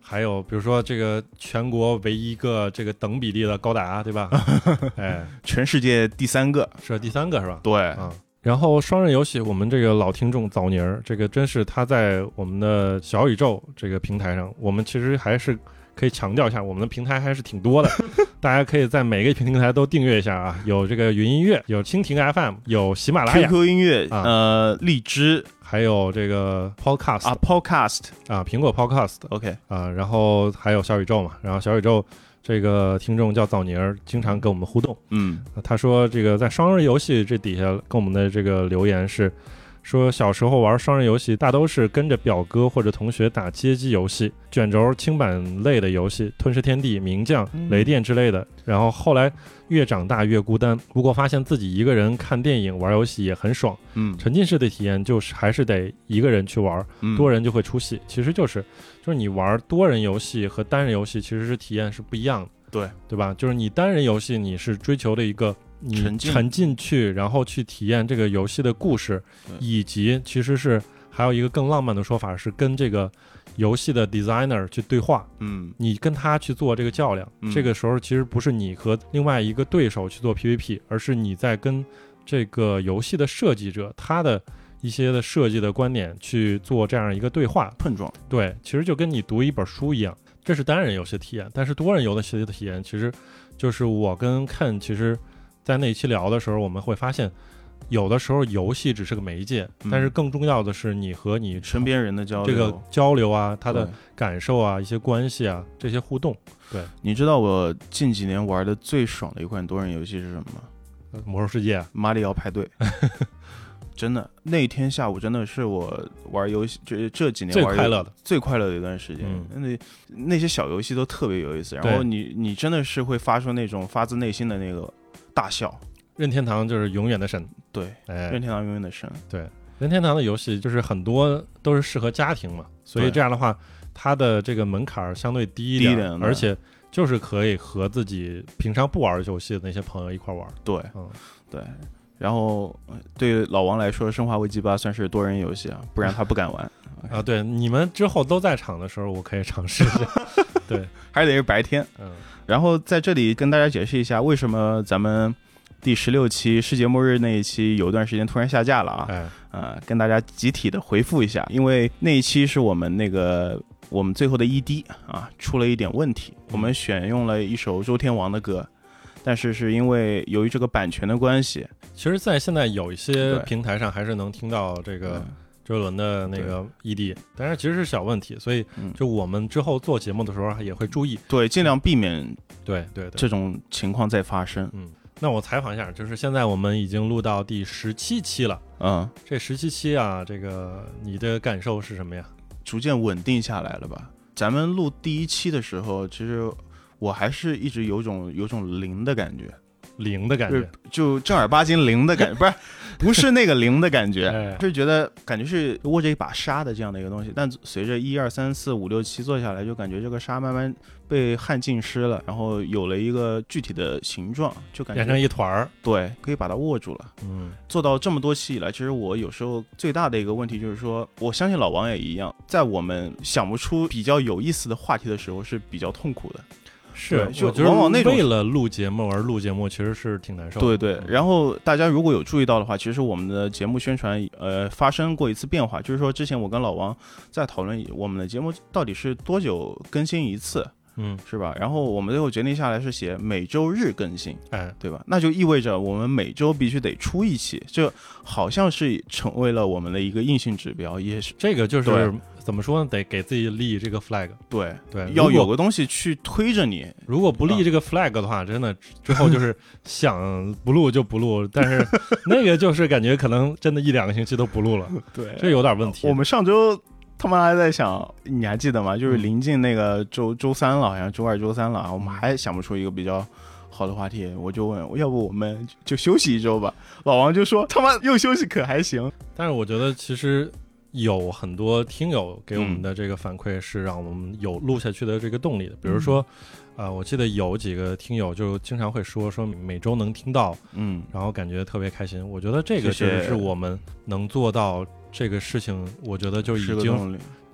Speaker 1: 还有比如说这个全国唯一一个这个等比例的高达，对吧？哎，
Speaker 2: 全世界第三个，
Speaker 1: 是第三个是吧？
Speaker 2: 对，
Speaker 1: 嗯。然后双人游戏，我们这个老听众枣泥儿，这个真是他在我们的小宇宙这个平台上，我们其实还是可以强调一下，我们的平台还是挺多的，大家可以在每个平台都订阅一下啊，有这个云音乐，有蜻蜓 F M， 有喜马拉雅
Speaker 2: Q Q 音乐，
Speaker 1: 啊、
Speaker 2: 呃，荔枝，
Speaker 1: 还有这个 Podcast
Speaker 2: 啊 Podcast
Speaker 1: 啊，苹果 Podcast，OK、
Speaker 2: okay.
Speaker 1: 啊，然后还有小宇宙嘛，然后小宇宙。这个听众叫枣泥儿，经常跟我们互动。
Speaker 2: 嗯，
Speaker 1: 他说这个在双人游戏这底下跟我们的这个留言是说，小时候玩双人游戏大都是跟着表哥或者同学打街机游戏、卷轴轻板类的游戏，吞噬天地、名将、雷电之类的。然后后来越长大越孤单，不过发现自己一个人看电影、玩游戏也很爽。
Speaker 2: 嗯，
Speaker 1: 沉浸式的体验就是还是得一个人去玩，多人就会出戏。其实就是就是你玩多人游戏和单人游戏其实是体验是不一样的。
Speaker 2: 对
Speaker 1: 对吧？就是你单人游戏你是追求的一个你
Speaker 2: 沉浸
Speaker 1: 沉浸去，然后去体验这个游戏的故事，以及其实是还有一个更浪漫的说法是跟这个游戏的 designer 去对话，
Speaker 2: 嗯，
Speaker 1: 你跟他去做这个较量、
Speaker 2: 嗯、
Speaker 1: 这个时候其实不是你和另外一个对手去做 P V P， 而是你在跟这个游戏的设计者他的一些的设计的观点去做这样一个对话
Speaker 2: 碰撞。
Speaker 1: 对，其实就跟你读一本书一样，这是单人游戏体验。但是多人游戏的体验其实就是我跟 Ken 其实在那一期聊的时候，我们会发现有的时候游戏只是个媒介、嗯、但是更重要的是你和你
Speaker 2: 身边人的交流，
Speaker 1: 这个交流啊，他的感受啊，一些关系啊，这些互动。对，
Speaker 2: 你知道我近几年玩的最爽的一款多人游戏是什么吗？
Speaker 1: 魔兽世界、啊、
Speaker 2: 马里奥派对。真的，那天下午真的是我玩游戏，就这几年玩
Speaker 1: 最快乐的、
Speaker 2: 最快乐的一段时间。嗯、那那些小游戏都特别有意思，然后你你真的是会发出那种发自内心的那个大笑。
Speaker 1: 任天堂就是永远的神，
Speaker 2: 对，
Speaker 1: 哎，
Speaker 2: 任天堂永远的神。
Speaker 1: 对，任天堂的游戏就是很多都是适合家庭嘛，所以这样的话，它的这个门槛相对低一点，
Speaker 2: 低一点
Speaker 1: 而且就是可以和自己平常不玩游戏的那些朋友一块玩。
Speaker 2: 对，
Speaker 1: 嗯，
Speaker 2: 对。然后对老王来说，《生化危机八》算是多人游戏啊，不然他不敢玩
Speaker 1: 啊。对，你们之后都在场的时候，我可以尝试一下。对，
Speaker 2: 还得是白天。
Speaker 1: 嗯。
Speaker 2: 然后在这里跟大家解释一下，为什么咱们第十六期世界末日那一期有一段时间突然下架了啊？
Speaker 1: 哎，
Speaker 2: 呃，跟大家集体的回复一下，因为那一期是我们那个我们最后的 E D 啊出了一点问题，我们选用了一首周天王的歌。但是是因为由于这个版权的关系，
Speaker 1: 其实在现在有一些平台上还是能听到这个周杰伦的那个 E D， 但是其实是小问题，所以就我们之后做节目的时候也会注意，
Speaker 2: 对，尽量避免
Speaker 1: 对对对
Speaker 2: 这种情况再发生。
Speaker 1: 嗯，那我采访一下，就是现在我们已经录到第十七期了，
Speaker 2: 嗯，
Speaker 1: 这十七期啊，这个你的感受是什么呀？
Speaker 2: 逐渐稳定下来了吧？咱们录第一期的时候，其实我还是一直有种有种零的感觉，
Speaker 1: 零的感觉，
Speaker 2: 就正儿八经零的感觉，不是不是那个零的感觉，
Speaker 1: 哎、
Speaker 2: 是觉得感觉是握着一把沙的这样的一个东西，但随着一二三四五六七做下来，就感觉这个沙慢慢被汗浸湿了，然后有了一个具体的形状，就感觉
Speaker 1: 变成一团儿，
Speaker 2: 对，可以把它握住了。
Speaker 1: 嗯，
Speaker 2: 做到这么多期以来，其实我有时候最大的一个问题就是说，我相信老王也一样，在我们想不出比较有意思的话题的时候是比较痛苦的。
Speaker 1: 是，
Speaker 2: 就
Speaker 1: 往
Speaker 2: 往那种
Speaker 1: 为了录节目而录节目，其实是挺难受的。
Speaker 2: 对对，然后大家如果有注意到的话，其实我们的节目宣传呃发生过一次变化，就是说之前我跟老王在讨论我们的节目到底是多久更新一次，
Speaker 1: 嗯，
Speaker 2: 是吧？然后我们最后决定下来是写每周日更新，
Speaker 1: 哎，
Speaker 2: 对吧？那就意味着我们每周必须得出一期，这好像是成为了我们的一个硬性指标，也是
Speaker 1: 这个就是怎么说呢？得给自己立这个 flag。
Speaker 2: 对
Speaker 1: 对，
Speaker 2: 要有个东西去推着你。
Speaker 1: 如果不立这个 flag 的话，嗯、真的之后就是想不录就不录，但是那个就是感觉可能真的一两个星期都不录了。
Speaker 2: 对，
Speaker 1: 这有点问题。
Speaker 2: 我们上周他们还在想，你还记得吗？就是临近那个周周三了，好像周二、周三了，我们还想不出一个比较好的话题，我就问，要不我们就休息一周吧？老王就说，他妈又休息可还行？
Speaker 1: 但是我觉得其实。有很多听友给我们的这个反馈是让我们有录下去的这个动力的，比如说，啊、呃，我记得有几个听友就经常会说说每周能听到，
Speaker 2: 嗯，
Speaker 1: 然后感觉特别开心。我觉得这个就是我们能做到这个事情，我觉得就已经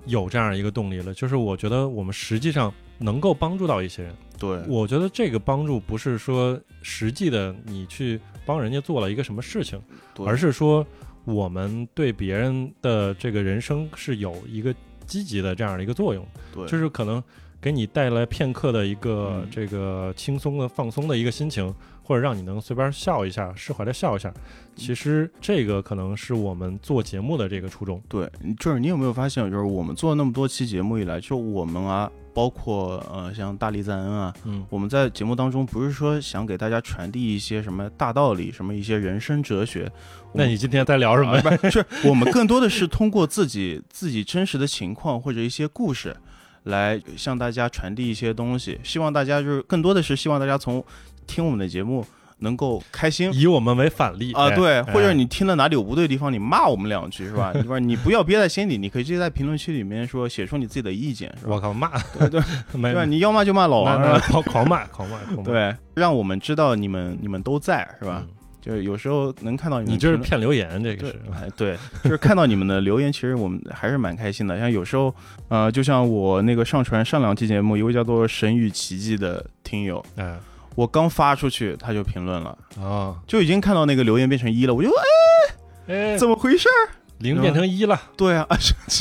Speaker 1: 有这样一个动力了，就是我觉得我们实际上能够帮助到一些人。
Speaker 2: 对，
Speaker 1: 我觉得这个帮助不是说实际的你去帮人家做了一个什么事情，而是说我们对别人的这个人生是有一个积极的这样的一个作用。
Speaker 2: 对，
Speaker 1: 就是可能给你带来片刻的一个这个轻松的放松的一个心情，或者让你能随便笑一下，释怀的笑一下。其实这个可能是我们做节目的这个初衷。
Speaker 2: 对，就是你有没有发现，就是我们做那么多期节目以来，就我们啊，包括呃像大力赞恩啊，嗯，我们在节目当中不是说想给大家传递一些什么大道理，什么一些人生哲学。
Speaker 1: 那你今天在聊什么？
Speaker 2: 啊、不是，我们更多的是通过自己自己真实的情况或者一些故事，来向大家传递一些东西。希望大家就是更多的是希望大家从听我们的节目能够开心，
Speaker 1: 以我们为反例
Speaker 2: 啊，对，
Speaker 1: 哎、
Speaker 2: 或者你听了哪里有不对的地方，你骂我们两句是吧？是吧？你不要憋在心里，你可以直接在评论区里面说，写出你自己的意见。是吧？
Speaker 1: 我靠，骂，
Speaker 2: 对对对吧？你要骂就骂老王，
Speaker 1: 狂狂骂，狂骂，狂骂，
Speaker 2: 对，让我们知道你们你们都在，是吧？嗯，就是有时候能看到你们，
Speaker 1: 你这是骗留言，这个是
Speaker 2: 对，就是看到你们的留言，其实我们还是蛮开心的。像有时候，呃，就像我那个上传上两期节目，一位叫做神与奇迹的听友，哎，我刚发出去他就评论了啊、哦，就已经看到那个留言变成一了，我就哎哎，怎么回事？
Speaker 1: 零变成一了，
Speaker 2: 对啊，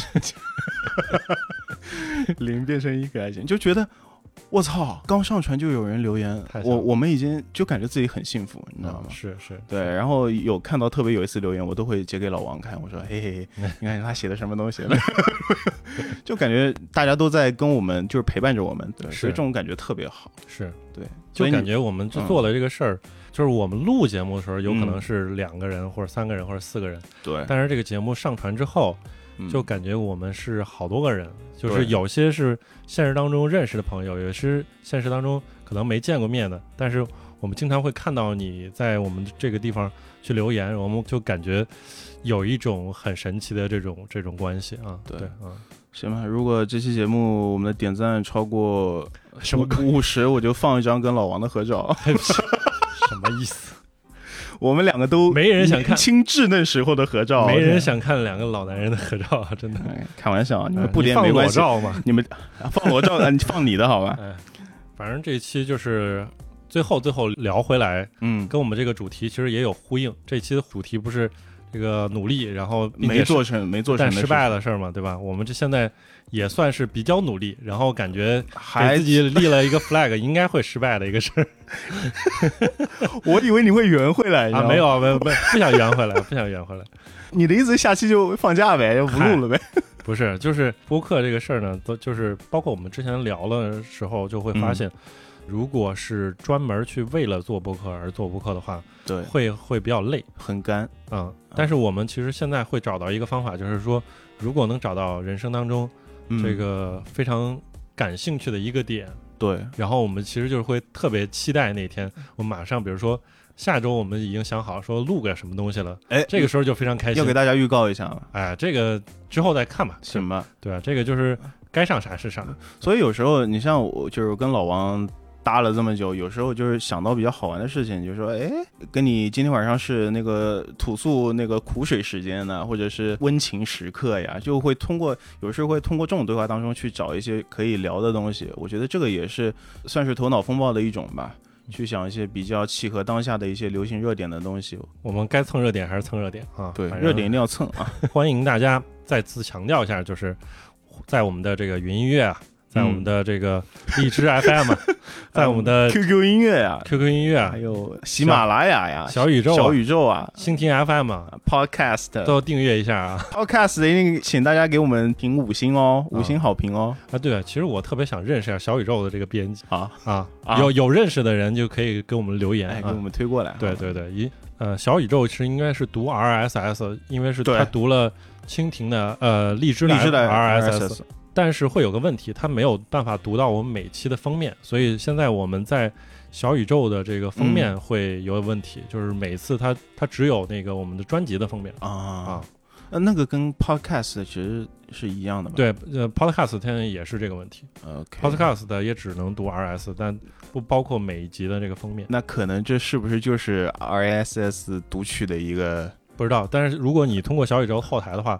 Speaker 2: 零变成一可还行，就觉得。我操！刚上传就有人留言，我我们已经就感觉自己很幸福，你知道吗？
Speaker 1: 嗯、是是，
Speaker 2: 对。然后有看到特别有一次留言，我都会截给老王看，我说：“嘿嘿嘿，你看他写的什么东西？”就感觉大家都在跟我们，就是陪伴着我们，对，所以这种感觉特别好。
Speaker 1: 是，
Speaker 2: 对，
Speaker 1: 就感觉我们就做了这个事儿、嗯，就是我们录节目的时候，有可能是两个人、嗯、或者三个人或者四个人，
Speaker 2: 对。
Speaker 1: 但是这个节目上传之后。就感觉我们是好多个人，就是有些是现实当中认识的朋友，有些是现实当中可能没见过面的，但是我们经常会看到你在我们这个地方去留言，我们就感觉有一种很神奇的这种这种关系啊。
Speaker 2: 对，
Speaker 1: 对啊，
Speaker 2: 行吧。如果这期节目我们的点赞超过
Speaker 1: 什么
Speaker 2: 五十，我就放一张跟老王的合照。
Speaker 1: 什么意思？
Speaker 2: 我们两个都
Speaker 1: 没人想看
Speaker 2: 青稚嫩时候的合照，
Speaker 1: 没人想看两个老男人的合照，真的。
Speaker 2: 开玩笑，你们不连没关系。
Speaker 1: 放裸照嘛，
Speaker 2: 你们放裸照，你放你的好吧？
Speaker 1: 哎，反正这一期就是最后最后聊回来，嗯，跟我们这个主题其实也有呼应。这期的主题不是这个努力，然后
Speaker 2: 没做成没做成
Speaker 1: 但失败的事嘛，对吧？我们这现在也算是比较努力，然后感觉给自己立了一个 flag， 应该会失败的一个事儿。
Speaker 2: 我以为你会圆回来
Speaker 1: 啊，没有，没有，不不想圆回来，不想圆回来。
Speaker 2: 你的意思下期就放假呗，就不录了呗？
Speaker 1: 不是，就是播客这个事儿呢，都就是包括我们之前聊的时候，就会发现。嗯，如果是专门去为了做播客而做播客的话，
Speaker 2: 对，
Speaker 1: 会会比较累，
Speaker 2: 很干，
Speaker 1: 嗯。但是我们其实现在会找到一个方法，就是说，如果能找到人生当中这个非常感兴趣的一个点，
Speaker 2: 对、嗯，
Speaker 1: 然后我们其实就是会特别期待那天，我们马上，比如说下周我们已经想好说录个什么东西了，哎，这个时候就非常开心，
Speaker 2: 要给大家预告一下了，
Speaker 1: 哎，这个之后再看吧，
Speaker 2: 行吧，
Speaker 1: 对啊，这个就是该上啥是啥。
Speaker 2: 所以有时候你像我，就是跟老王。搭了这么久，有时候就是想到比较好玩的事情，就是说，哎，跟你今天晚上是那个吐诉那个苦水时间呢，或者是温情时刻呀，就会通过有时候会通过这种对话当中去找一些可以聊的东西。我觉得这个也是算是头脑风暴的一种吧，去想一些比较契合当下的一些流行热点的东西。
Speaker 1: 我们该蹭热点还是蹭热点啊？
Speaker 2: 对，热点一定要蹭啊！
Speaker 1: 欢迎大家再次强调一下，就是在我们的这个云音乐啊。在我们的这个荔枝 F M， 在我们的
Speaker 2: Q Q 音乐呀
Speaker 1: ，Q Q 音乐，
Speaker 2: 还有喜马拉雅呀，
Speaker 1: 小宇宙、
Speaker 2: 小宇宙啊，
Speaker 1: 蜻蜓 F M 啊
Speaker 2: ，Podcast
Speaker 1: 都订阅一下啊
Speaker 2: ，Podcast 一定请大家给我们评五星哦，五星好评哦。
Speaker 1: 啊，对，其实我特别想认识一下小宇宙的这个编辑
Speaker 2: 啊
Speaker 1: 啊，有有认识的人就可以给我们留言，
Speaker 2: 哎，给我们推过来。
Speaker 1: 对对对，一呃，小宇宙是应该是读 R S S， 因为是他读了蜻蜓的呃荔枝的 R S S。但是会有个问题，它没有办法读到我们每期的封面，所以现在我们在小宇宙的这个封面会有问题，嗯、就是每次它它只有那个我们的专辑的封面
Speaker 2: 啊啊，那个跟 Podcast 其实是一样的吧？
Speaker 1: 对，呃 ，Podcast 现在也是这个问题。
Speaker 2: OK，
Speaker 1: Podcast 的也只能读 R S， 但不包括每一集的这个封面。
Speaker 2: 那可能这是不是就是 R S S 读取的一个？
Speaker 1: 不知道，但是如果你通过小宇宙后台的话。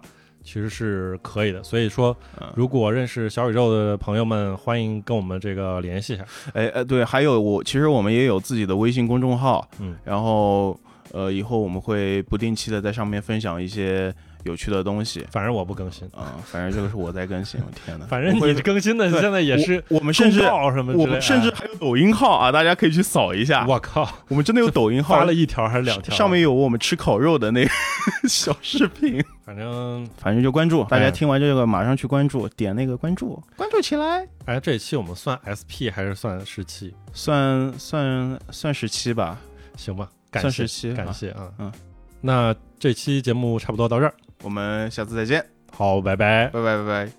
Speaker 1: 其实是可以的。所以说，如果认识小宇宙的朋友们，欢迎跟我们这个联系一下。
Speaker 2: 哎哎，对，还有我其实我们也有自己的微信公众号，嗯，然后呃以后我们会不定期的在上面分享一些有趣的东西。
Speaker 1: 反正我不更新
Speaker 2: 啊、嗯，反正这个是我在更新。我天哪！
Speaker 1: 反正你更新的现在也是
Speaker 2: 我，我们甚至
Speaker 1: 什么，
Speaker 2: 我们甚至还有抖音号啊，大家可以去扫一下。
Speaker 1: 我靠，
Speaker 2: 我们真的有抖音号，
Speaker 1: 发了一条还是两条？
Speaker 2: 上面有我们吃烤肉的那个小视频。
Speaker 1: 反正
Speaker 2: 反正就关注，大家听完这个马上去关注，点那个关注，关注起来。
Speaker 1: 哎，这一期我们算 S P 还是算十七？
Speaker 2: 算算算十七吧，
Speaker 1: 行吧，感
Speaker 2: 谢，算十七，
Speaker 1: 感谢啊，
Speaker 2: 嗯。
Speaker 1: 那这期节目差不多到这儿，
Speaker 2: 我们下次再见。
Speaker 1: 好，拜拜，
Speaker 2: 拜拜，拜拜。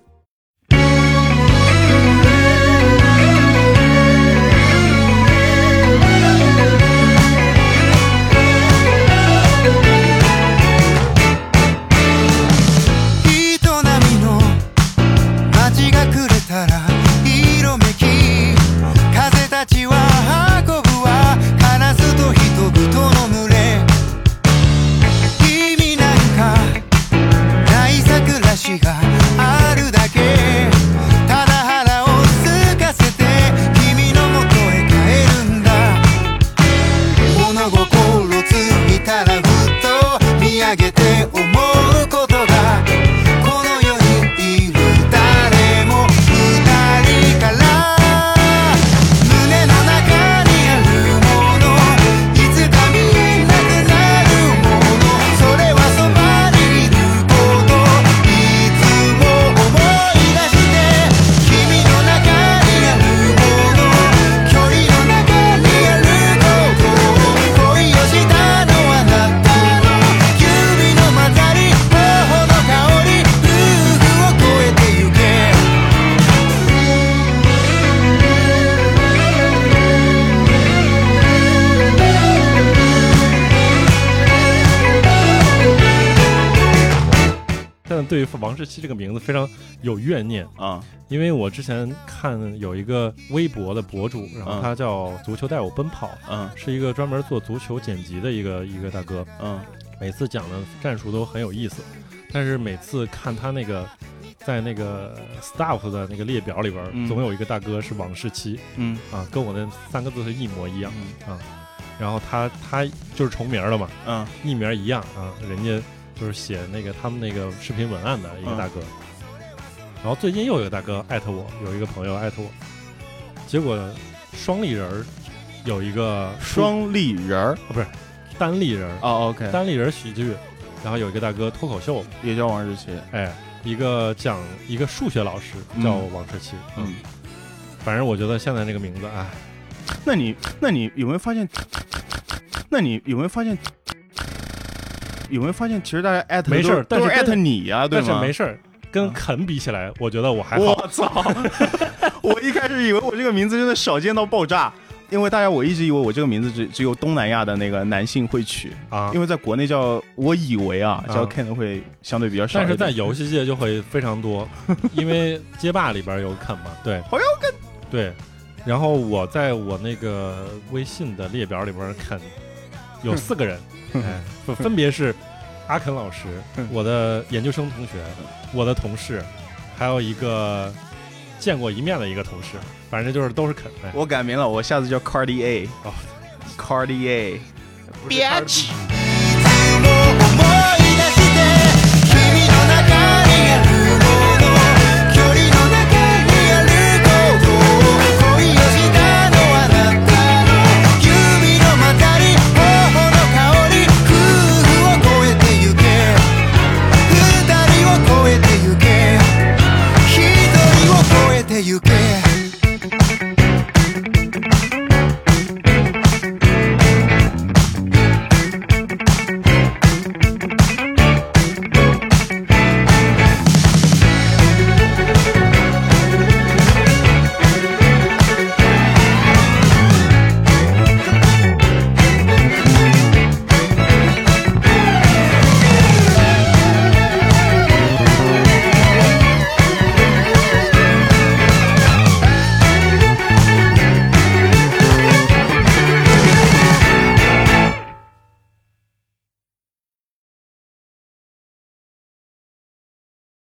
Speaker 1: 对于王世奇这个名字非常有怨念
Speaker 2: 啊，
Speaker 1: 因为我之前看有一个微博的博主，然后他叫足球带我奔跑，
Speaker 2: 嗯，
Speaker 1: 是一个专门做足球剪辑的一个一个大哥，
Speaker 2: 嗯，
Speaker 1: 每次讲的战术都很有意思，但是每次看他那个在那个 staff 的那个列表里边，
Speaker 2: 嗯、
Speaker 1: 总有一个大哥是王世奇，
Speaker 2: 嗯
Speaker 1: 啊，跟我的三个字是一模一样、嗯、啊，然后他他就是重名了嘛，
Speaker 2: 嗯，
Speaker 1: 艺名一样啊，人家。就是写那个他们那个视频文案的一个大哥、嗯，然后最近又有一个大哥艾特我，有一个朋友艾特我，结果双立人有一个
Speaker 2: 双立人儿、
Speaker 1: 哦、不是单立人
Speaker 2: 哦 ，OK，
Speaker 1: 单立人喜剧，然后有一个大哥脱口秀
Speaker 2: 也叫王世奇，
Speaker 1: 哎，一个讲一个数学老师叫王世奇，
Speaker 2: 嗯，嗯
Speaker 1: 反正我觉得现在这个名字，哎，
Speaker 2: 那你那你有没有发现？那你有没有发现？有没有发现，其实大家艾特
Speaker 1: 没事，
Speaker 2: 都是艾特你呀、啊，对吗？
Speaker 1: 但是没事，跟肯比起来，嗯、我觉得我还好。
Speaker 2: 我操！我一开始以为我这个名字真的少见到爆炸，因为大家我一直以为我这个名字只只有东南亚的那个男性会取
Speaker 1: 啊，
Speaker 2: 因为在国内叫，我以为啊叫 Ken 会相对比较少，
Speaker 1: 但是在游戏界就会非常多，因为街霸里边有肯嘛，对，
Speaker 2: 好有肯，
Speaker 1: 对。然后我在我那个微信的列表里边肯有四个人。哎，分别是阿肯老师，我的研究生同学，我的同事，还有一个见过一面的一个同事，反正就是都是肯。哎、
Speaker 2: 我改名了，我下次叫 Cardi A。
Speaker 1: 哦
Speaker 2: ，Cardi A，Bitch。